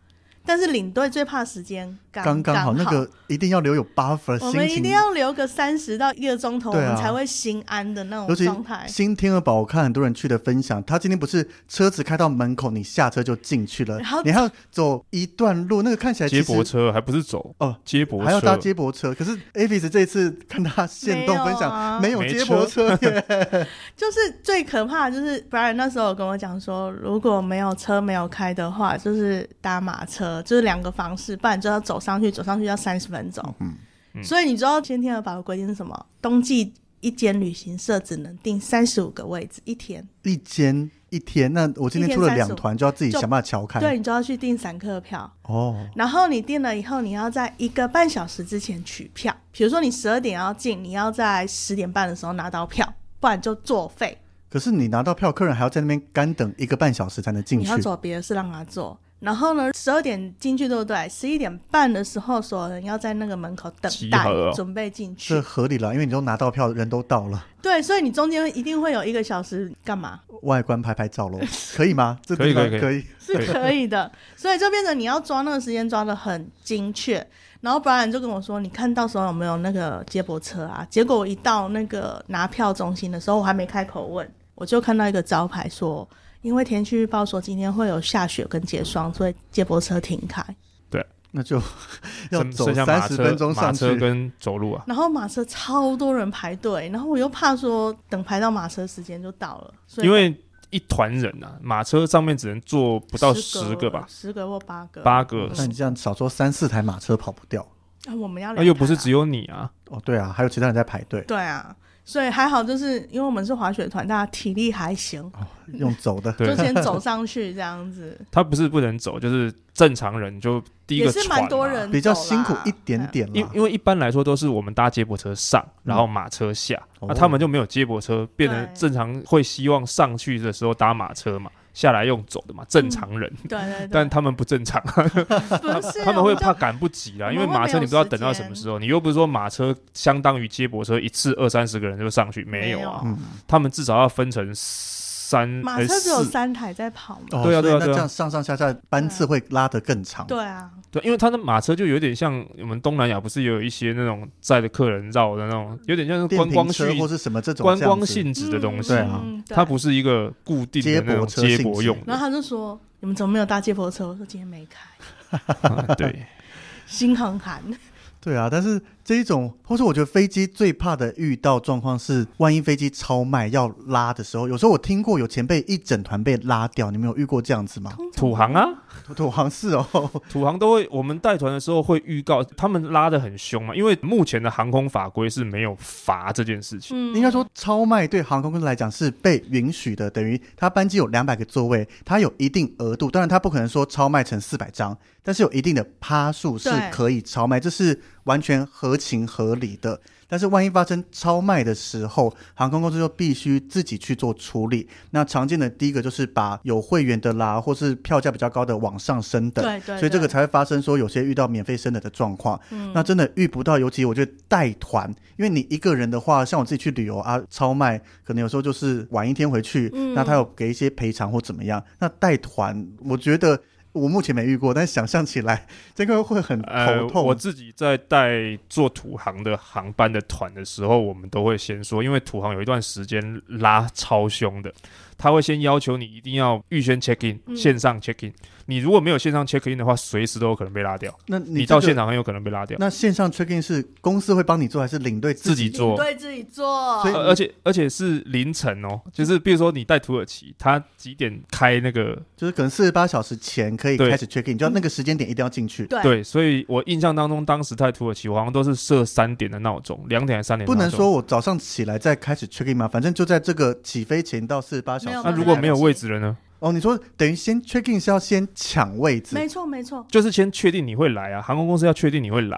但是领队最怕时间刚刚好，那个一定要留有 buffer， 我们一定要留个三十到一个钟头、啊，我们才会心安的那种状态。 尤其新天鹅堡，我看很多人去的分享，他今天不是车子开到门口，你下车就进去了，你还要走一段路，那个看起来其实接驳车还不是走哦，接驳车还要搭接驳车。可是 Avis 这一次看他限动分享，没有、啊、没有接驳车耶， 就是最可怕的就是 Brian 那时候有跟我讲说，如果没有车没有开的话，就是搭马车，就是两个方式，不然就要走上去，走上去要三十分钟。嗯，所以你知道先天鹅堡的规定是什么？冬季一间旅行社只能订三十五个位置一天，一间一天。那我今天出了两团，就要自己想办法瞧开。 对，你就要去订散客票哦。然后你订了以后，你要在一个半小时之前取票。比如说你十二点要进，你要在十点半的时候拿到票，不然就作废。 可是你拿到票，客人还要在那边干等一个半小时才能进去。 你要走别的事让他做。然后呢，十二点进去对不对？十一点半的时候，所有人要在那个门口等待，哦、准备进去。 这合理了，因为你都拿到票，人都到了。 对，所以你中间一定会有一个小时干嘛？ 外观拍拍照咯，可以吗？这可以可以可以， 是可以的。所以就变成你要抓那个时间抓得很精确。然后 Brian 就跟我说：“你看到时候有没有那个接驳车啊？”结果我一到那个拿票中心的时候，我还没开口问，我就看到一个招牌说。因为天气预报说今天会有下雪跟结霜，所以接驳车停开。 对， 那就要走三十分钟上去， 马车跟走路啊。 然后马车超多人排队，然后我又怕说等排到马车时间就到了，所以因为一团人啊，马车上面只能坐不到十个吧， 十个或八个， 八个。 那你这样少说三四台马车跑不掉。 啊、我们要那、啊、又不是只有你啊。 哦，对啊，还有其他人在排队。 对啊。所以还好，就是因为我们是滑雪团，大家体力还行，哦、 用走的， 就先走上去这样子。 他不是不能走，就是正常人就第一个也是蛮多人比较辛苦一点点啦。 因因为一般来说都是我们搭接驳车上，然后马车下，那、嗯啊、他们就没有接驳车，变成正常会希望上去的时候搭马车嘛。下来用走的嘛，正常人。 嗯、对对对， 但他们不正常， 不是他们会怕赶不及啦，因为马车你不知道等到什么时候，你又不是说马车相当于接驳车一次二三十个人就上去，没有啊，有嗯、他们至少要分成三， 马车只有三台在跑嘛， 哦、 对啊对啊， 那这样上上下下班次会拉得更长。 对啊， 对，因为他的马车就有点像我们东南亚，不是也有一些那种载的客人绕的那种，有点像是观光车或是什么这种观光性质的东西。 对啊， 它不是一个固定的那种接驳用的。 然后他就说：“你们怎么没有搭接驳车？”我说：“今天没开。 啊”对， 心很寒。 对啊，但是这一种，或者我觉得飞机最怕的遇到状况是，万一飞机超卖要拉的时候，有时候我听过有前辈一整团被拉掉，你们有遇过这样子吗？ 土航啊， 土航是哦， 土航都会，我们带团的时候会预告，他们拉得很凶嘛，因为目前的航空法规是没有罚这件事情。 嗯、应该说超卖对航空公司来讲是被允许的，等于它班机有两百个座位，它有一定额度，当然它不可能说超卖成四百张，但是有一定的趴数是可以超卖，这是完全合情合理的。但是万一发生超卖的时候，航空公司就必须自己去做处理。那常见的第一个就是把有会员的啦，或是票价比较高的往上升等， 对对对， 所以这个才会发生说有些遇到免费升等的状况。嗯、那真的遇不到，尤其我觉得带团，因为你一个人的话，像我自己去旅游啊，超卖可能有时候就是晚一天回去，嗯、那他有给一些赔偿或怎么样。那带团，我觉得。我目前没遇过，但想象起来这个会很头痛、呃。 我自己在带做土航的航班的团的时候，我们都会先说，因为土航有一段时间拉超凶的，他会先要求你一定要预先 check in，、嗯、线上 check in。你如果没有线上 check in 的话，随时都有可能被拉掉。 那 你,、这个、 你到现场很有可能被拉掉。 那线上 check in 是公司会帮你做，还是领队自己做？ 领队自己做。 所以而且而且是凌晨哦，就是比如说你带土耳其，他几点开那个？ 就是可能四十八小时前可以开始 check in， 就要那个时间点一定要进去。 对, 对，所以我印象当中，当时带土耳其，我好像都是设三点的闹钟，两点还是三点的闹钟。 不能说我早上起来再开始 check in 吗？反正就在这个起飞前到四十八小时。 那、啊、如果没有位置了呢？ 哦，你说等于先 check in 是要先抢位置？ 没错没错， 就是先确定你会来啊，航空公司要确定你会来啊。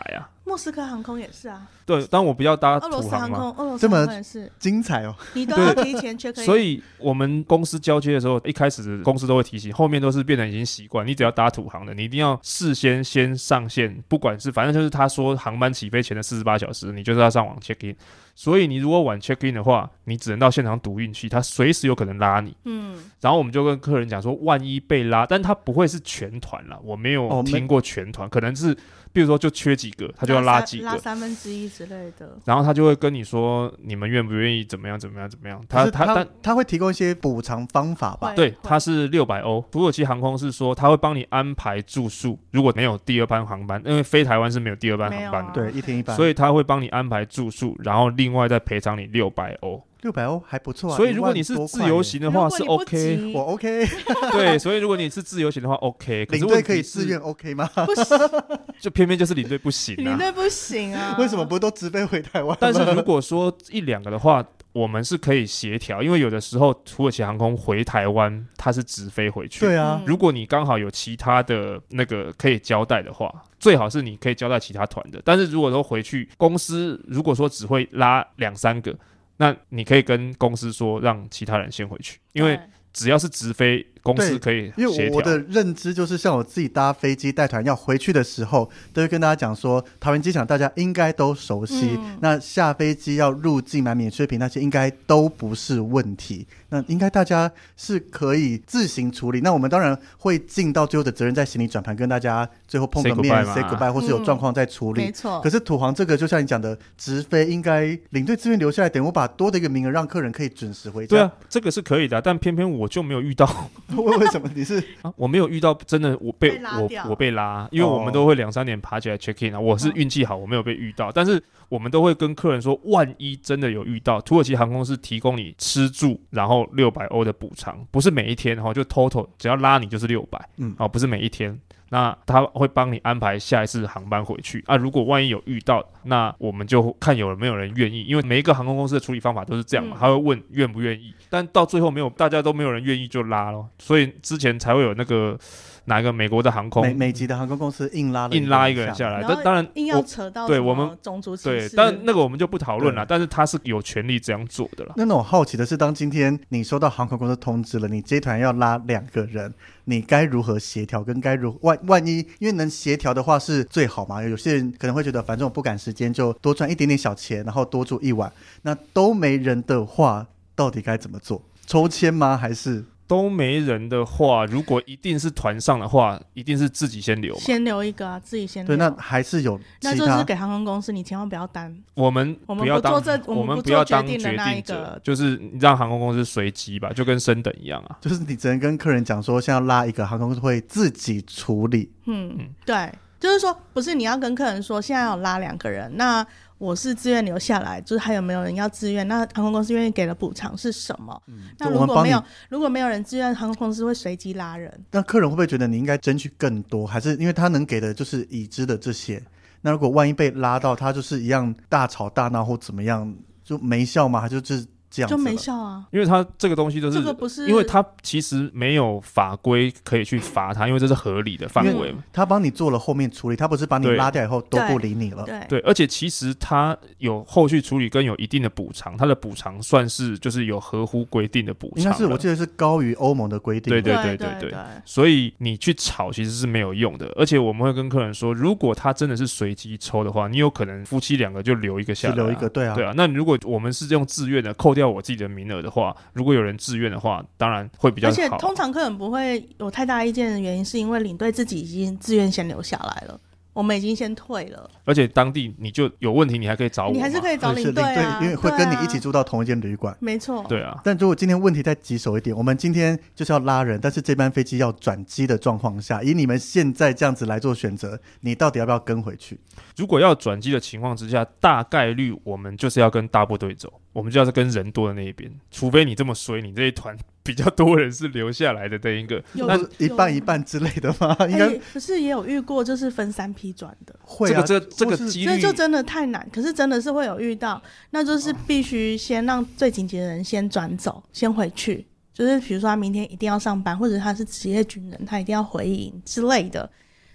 莫斯科航空也是啊， 对，但我不要搭俄罗斯航土航嘛。 空，俄罗斯航空也是精彩哦！ 你都要提前 check in。 所以我们公司交接的时候，一开始公司都会提醒，后面都是变成已经习惯。你只要搭土航的，你一定要事先先上线，不管是反正就是他说航班起飞前的四十八小时，你就是要上网 check in。所以你如果晚 check in 的话，你只能到现场赌运气，他随时有可能拉你。嗯，然后我们就跟客人讲说，万一被拉，但他不会是全团啦，我没有听过全团，哦、可能是比如说就缺几个，他就要拉几个， 拉三分之一之类的。 然后他就会跟你说，你们愿不愿意怎么样怎么样怎么样？他他他他会提供一些补偿方法吧？ 对，他是六百欧。土耳其航空是说他会帮你安排住宿，如果没有第二班航班，因为飞台湾是没有第二班航班的， 啊、对，一天一班， 所以他会帮你安排住宿，然后另外再赔偿你六百欧。 六百欧还不错啊， 所以如果你是自由行的话是 OK， 我 OK。 对，所以如果你是自由行的话 OK， 可是领队可以自愿 OK 吗？ 不行， 就偏偏就是领队不行啊， 领队不行啊。 为什么不都直飞回台湾？ 但是如果说一两个的话，我们是可以协调，因为有的时候土耳其航空回台湾它是直飞回去， 对啊。 如果你刚好有其他的那个可以交代的话，最好是你可以交代其他团的。但是如果说回去公司如果说只会拉两三个，那你可以跟公司说让其他人先回去，因为只要是直飞公司可以协调。 因为我的认知就是像我自己搭飞机带团要回去的时候，都会跟大家讲说桃园机场大家应该都熟悉、嗯、那下飞机要入境买免税品那些应该都不是问题，那应该大家是可以自行处理。那我们当然会尽到最后的责任，在行李转盘跟大家最后碰个面 say goodbye, goodbye 或是有状况再处理、嗯、 没错。 可是土航这个就像你讲的直飞，应该领队自愿留下来，等于我把多的一个名额让客人可以准时回家。 对啊，这个是可以的，但偏偏我就没有遇到为什么你是、 啊、我没有遇到真的我被, 被我我被拉，因为我们都会两三点爬起来 check in 啊，我是运气好，我没有被遇到，但是我们都会跟客人说，万一真的有遇到，土耳其航空是提供你吃住，然后六百欧的补偿，不是每一天就 total 只要拉你就是六百、嗯哦，不是每一天。那他会帮你安排下一次航班回去啊。如果万一有遇到，那我们就看有没有人愿意，因为每一个航空公司的处理方法都是这样嘛，嗯、他会问愿不愿意，但到最后没有，大家都没有人愿意就拉咯，所以之前才会有那个哪一个美国的航空美美籍的航空公司硬拉了硬拉一个人下来，但当然硬要扯到对我们种族歧视， 对，但那个我们就不讨论了。但是他是有权利这样做的啦。 那我好奇的是，当今天你收到航空公司通知了，你这一团要拉两个人，你该如何协调？跟该如万万一因为能协调的话是最好嘛？有些人可能会觉得，反正我不赶时间，就多赚一点点小钱，然后多住一晚。那都没人的话，到底该怎么做？抽签吗？还是？ 都没人的话，如果一定是团上的话，一定是自己先留嘛， 先留一个啊，自己先留。 对，那还是有其他， 那就是给航空公司，你千万不要担。 我们不要当， 我们不做这， 我们不要当决定定者，就是让航空公司随机吧，就跟升等一样啊。 就是你只能跟客人讲说，现在要拉一个，航空公司会自己处理。 嗯，嗯对，就是说，不是你要跟客人说，现在要拉两个人，那。我是自愿留下来，就是还有没有人要自愿？那航空公司愿意给的补偿是什么？嗯、那如果没有，如果没有人自愿，航空公司会随机拉人。 那客人会不会觉得你应该争取更多？还是因为他能给的就是已知的这些？那如果万一被拉到，他就是一样大吵大闹或怎么样，就没效吗？还是就是这样子就没效啊？ 因为他这个东西就是， 这个不是， 因为他其实没有法规可以去罚他，因为这是合理的范围嘛。 他帮你做了后面处理，他不是把你拉掉以后都不理你了。 对对, 对，而且其实他有后续处理跟有一定的补偿，他的补偿算是就是有合乎规定的补偿， 应该是我记得是高于欧盟的规定。 对对对对 对, 对, 对，所以你去吵其实是没有用的。而且我们会跟客人说，如果他真的是随机抽的话，你有可能夫妻两个就留一个下来、啊， 留一个，对啊， 对啊。那如果我们是用自愿的，扣掉我自己的名额的话，如果有人自愿的话，当然会比较好。 而且通常客人不会有太大意见的原因，是因为领队自己已经自愿先留下来了，我们已经先退了。而且当地你就有问题，你还可以找我， 你还是可以找领队啊， 因为会跟你一起住到同一间旅馆。 没错， 对啊。 但如果今天问题再棘手一点，我们今天就是要拉人，但是这班飞机要转机的状况下，以你们现在这样子来做选择，你到底要不要跟回去？ 如果要转机的情况之下，大概率我们就是要跟大部队走，我们就要是跟人多的那一边，除非你这么衰，你这一团比较多人是留下来的这一个， 那一半一半之类的吗？应该、 欸、可是也有遇过，就是分三批转的， 会啊， 这个这个几率， 这就真的太难。可是真的是会有遇到，那就是必须先让最紧急的人先转走，先回去。就是比如说他明天一定要上班，或者他是职业军人，他一定要回营之类的。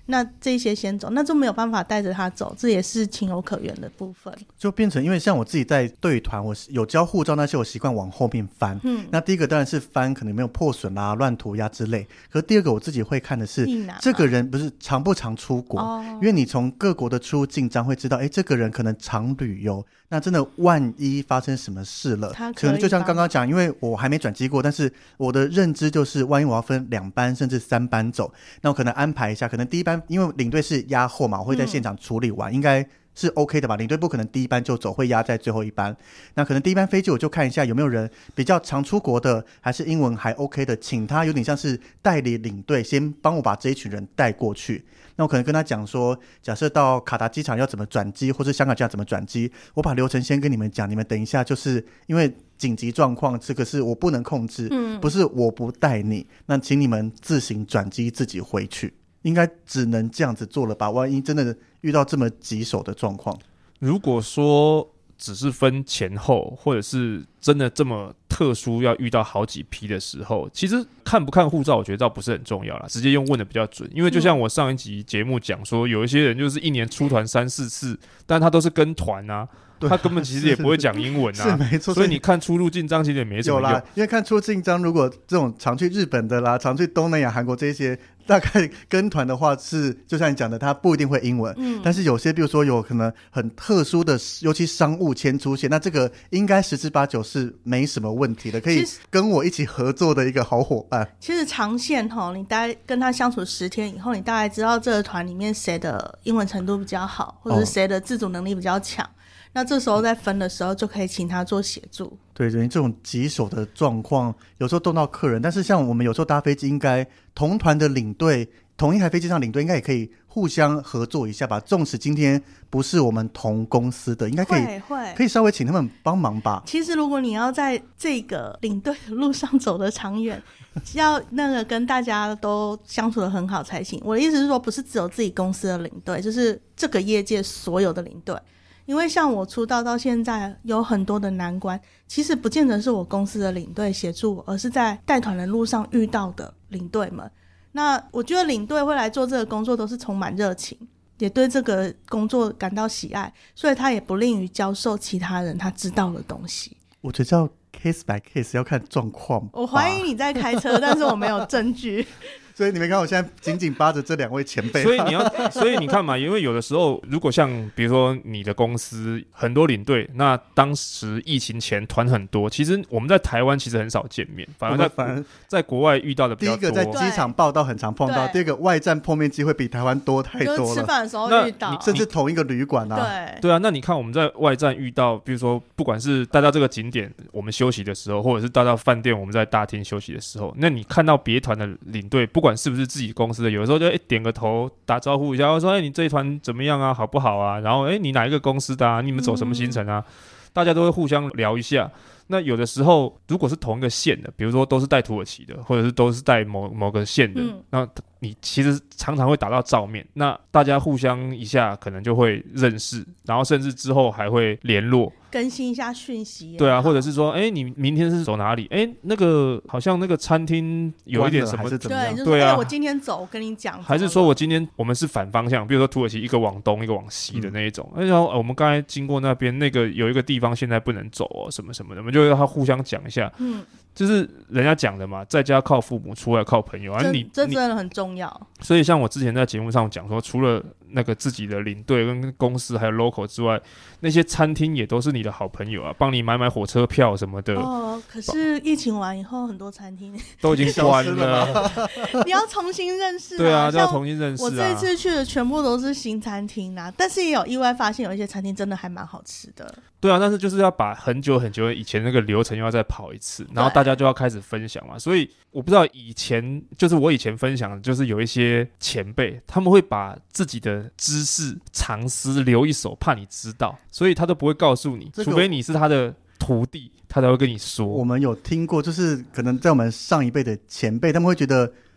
那这些先走，那就没有办法带着他走，这也是情有可原的部分。 就变成因为像我自己在队团，我有交护照那些，我习惯往后面翻。嗯，那第一个当然是翻可能没有破损啊、乱涂鸦之类。可是第二个我自己会看的是，这个人不是常不常出国，哦、因为你从各国的出入境章会知道，哎，这个人可能常旅游。那真的万一发生什么事了，可, 可能就像刚刚讲，因为我还没转机过，但是我的认知就是万一我要分两班甚至三班走，那我可能安排一下，可能第一班因为领队是压后嘛，我会在现场处理完、嗯、应该是 OK 的吧，领队不可能第一班就走，会压在最后一班。那可能第一班飞机我就看一下有没有人比较常出国的，还是英文还 OK 的，请他有点像是代理领队先帮我把这一群人带过去。那我可能跟他讲说，假设到卡达机场要怎么转机，或是香港机场怎么转机，我把流程先跟你们讲，你们等一下，就是因为紧急状况这个是我不能控制、嗯、不是我不带你，那请你们自行转机自己回去，应该只能这样子做了吧，万一真的遇到这么棘手的状况。 如果说只是分前后，或者是真的这么特殊要遇到好几批的时候，其实看不看护照我觉得倒不是很重要啦，直接用问的比较准。因为就像我上一集节目讲说，有一些人就是一年出团三四次，但他都是跟团啊，他根本其实也不会讲英文啊， 是没错。 所以你看出入境章其实也没什么用。 有啦，因为看出入境章，如果这种常去日本的啦，常去东南亚、韩国这些，大概跟团的话是，就像你讲的，他不一定会英文。嗯。但是有些，比如说有可能很特殊的，尤其商务签出现，那这个应该十之八九是没什么问题的，可以跟我一起合作的一个好伙伴。 其实长线哈，你大概跟他相处十天以后，你大概知道这个团里面谁的英文程度比较好，或者是谁的自主能力比较强。哦，那这时候在分的时候就可以请他做协助。 对，这种棘手的状况有时候动到客人，但是像我们有时候搭飞机，应该同团的领队，同一台飞机上领队应该也可以互相合作一下吧，纵使今天不是我们同公司的，应该可以可以稍微请他们帮忙吧。 其实如果你要在这个领队的路上走得长远要那个跟大家都相处得很好才行。我的意思是说，不是只有自己公司的领队，就是这个业界所有的领队。因为像我出道到现在有很多的难关，其实不见得是我公司的领队协助我，而是在带团的路上遇到的领队们。那我觉得领队会来做这个工作都是充满热情，也对这个工作感到喜爱，所以他也不吝于教授其他人他知道的东西。 我觉得叫 case by case 要看状况。 我怀疑你在开车但是我没有证据所以你没看我现在紧紧扒着这两位前辈所以你要所以你看嘛，因为有的时候如果像比如说你的公司很多领队，那当时疫情前团很多，其实我们在台湾其实很少见面，反而在反而在国外遇到的比较多。 第一个在机场报到很常碰到，第二个外站碰面机会比台湾多太多了， 就是吃饭的时候遇到， 甚至同一个旅馆啊。 对对啊，那你看我们在外站遇到，比如说不管是带到这个景点我们休息的时候，或者是带到饭店我们在大厅休息的时候，那你看到别团的领队，不管是不是自己公司的，有的时候就、欸、点个头打招呼一下，说哎、欸、你这一团怎么样啊，好不好啊，然后哎、欸、你哪一个公司的啊，你们走什么行程啊、嗯、大家都会互相聊一下。那有的时候如果是同一个县的，比如说都是带土耳其的，或者是都是带某某个县的、嗯、那你其实常常会打到照面，那大家互相一下可能就会认识，然后甚至之后还会联络更新一下讯息。 对啊，或者是说哎、欸、你明天是走哪里，哎、欸、那个好像那个餐厅有一点什么， 对，就是对啊、欸、 我今天走我跟你讲， 还是说我今天我们是反方向，比如说土耳其一个往东一个往西的那一种、嗯、然后我们刚才经过那边那个有一个地方现在不能走哦什么什么的，我们就要他互相讲一下。嗯，就是人家讲的嘛，在家靠父母，出来靠朋友啊，你这真的很重要。 所以像我之前在节目上讲说，除了那个自己的领队跟公司还有 local 之外，那些餐厅也都是你的好朋友啊，帮你买买火车票什么的。 哦，可是疫情完以后，很多餐厅都已经关了， 你要重新认识、啊。 对啊，都要重新认识啊。 我这一次去的全部都是新餐厅啊，但是也有意外发现，有一些餐厅真的还蛮好吃的。 对啊，但是就是要把很久很久以前那个流程又要再跑一次，然后大家就要开始分享嘛。所以我不知道以前就是我以前分享的，就是有一些前辈他们会把自己的知识藏私留一手，怕你知道，所以他都不会告诉你、这個、除非你是他的徒弟，他才会跟你说。 我们有听过，就是可能在我们上一辈的前辈，他们会觉得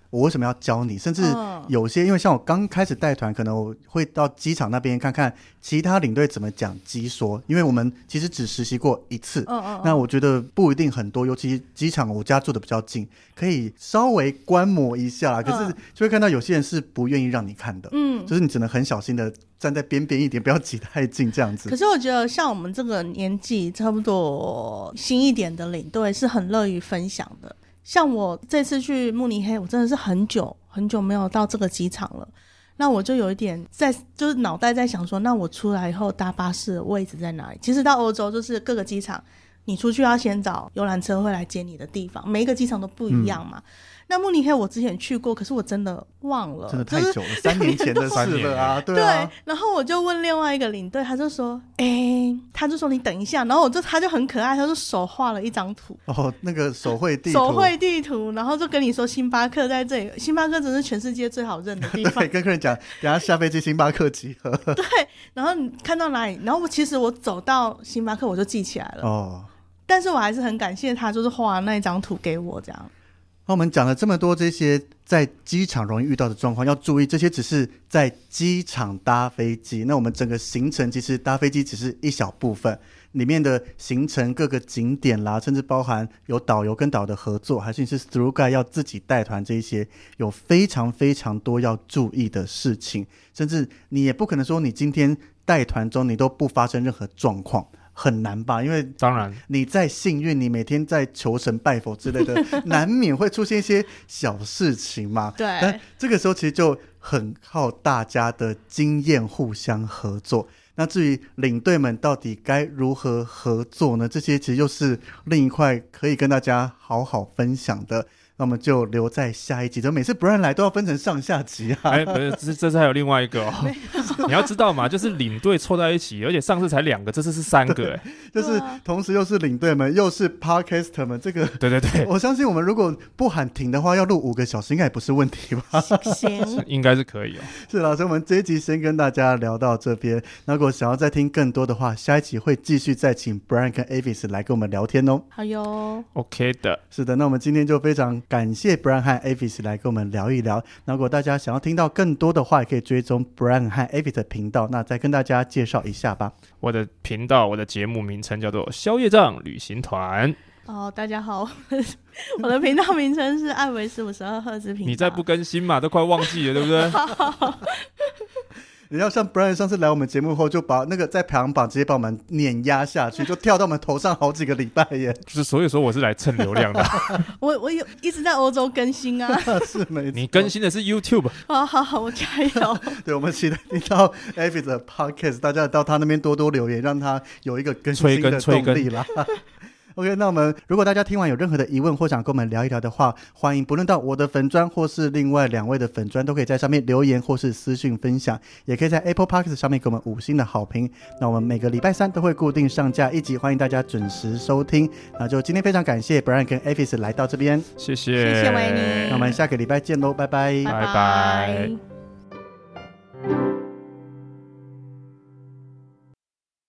我为什么要教你？甚至有些因为像我刚开始带团，可能我会到机场那边看看其他领队怎么讲机说，因为我们其实只实习过一次，嗯嗯嗯，那我觉得不一定很多，尤其机场我家住的比较近，可以稍微观摩一下啦，可是就会看到有些人是不愿意让你看的，嗯，就是你只能很小心的站在边边一点，不要挤太近这样子。 可是我觉得像我们这个年纪差不多新一点的领队是很乐于分享的，像我这次去慕尼黑，我真的是很久很久没有到这个机场了，那我就有一点在就是脑袋在想说，那我出来以后搭巴士的位置在哪里？其实到欧洲就是各个机场你出去要先找游览车会来接你的地方，每一个机场都不一样嘛、嗯，那慕尼黑我之前去过，可是我真的忘了， 真的太久了，就是、三年前的事了啊，对啊。 对，然后我就问另外一个领队，他就说，哎、欸，他就说你等一下，然后我就他就很可爱，他就手画了一张图， 哦，那个手绘地图， 手绘地图，然后就跟你说星巴克在这里，星巴克真是全世界最好认的地方。 对，跟客人讲，等一下下飞机星巴克集合。 对，然后你看到哪里，然后我其实我走到星巴克我就记起来了，哦，但是我还是很感谢他，就是画那一张图给我这样。 那我们讲了这么多这些在机场容易遇到的状况，要注意这些只是在机场搭飞机，那我们整个行程其实搭飞机只是一小部分，里面的行程各个景点啦，甚至包含有导游跟导游的合作，还是你是 through guide 要自己带团，这一些有非常非常多要注意的事情，甚至你也不可能说你今天带团中你都不发生任何状况，很难吧？因为当然你再幸运，你每天在求神拜佛之类的难免会出现一些小事情嘛。 对， 但这个时候其实就很靠大家的经验互相合作。那至于领队们到底该如何合作呢？这些其实又是另一块可以跟大家好好分享的，那我们就留在下一集。就每次 Brian 来都要分成上下集啊！ 哎，不是，这这次还有另外一个哦。你要知道嘛，就是领队凑在一起，而且上次才两个，这次是三个，哎， 就是同时又是领队们，又是 Podcaster 们，这个对对对， 我相信我们如果不喊停的话，要录五个小时应该也不是问题吧？ 行， 应该是可以哦。 是老师，我们这一集先跟大家聊到这边。如果想要再听更多的话，下一集会继续再请 Brian 跟 Avis 来跟我们聊天哦。 好哟 ，OK 的。 是的，那我们今天就非常感谢 Brian 和 Avis 来跟我们聊一聊。如果大家想要听到更多的话，也可以追踪 Brian 和 Avis 的频道。那再跟大家介绍一下吧。 我的频道，我的节目名称叫做宵夜账旅行团。 哦，大家好，我的频道名称是艾维斯五十二赫兹频道。 你再不更新嘛，都快忘记了，对不对？ 你要像 Brian 上次来我们节目后，就把那个在排行榜直接把我们碾压下去，就跳到我们头上好几个礼拜耶。 就是所以说我是来蹭流量的。 我我有一直在欧洲更新啊。 是没错， 你更新的是 YouTube。 好好好，我加油。 对，我们期待听到 Avis 的 Podcast， 大家到他那边多多留言，让他有一个更新的动力啦。OK， 那我们如果大家听完有任何的疑问或想跟我们聊一聊的话，欢迎不论到我的粉专或是另外两位的粉专，都可以在上面留言或是私讯分享，也可以在 Apple Podcast 上面给我们五星的好评。那我们每个礼拜三都会固定上架一集，欢迎大家准时收听。那就今天非常感谢 Brian 跟 Avis 来到这边， 谢谢， 谢谢维尼。 那我们下个礼拜见喽，拜拜， 拜拜。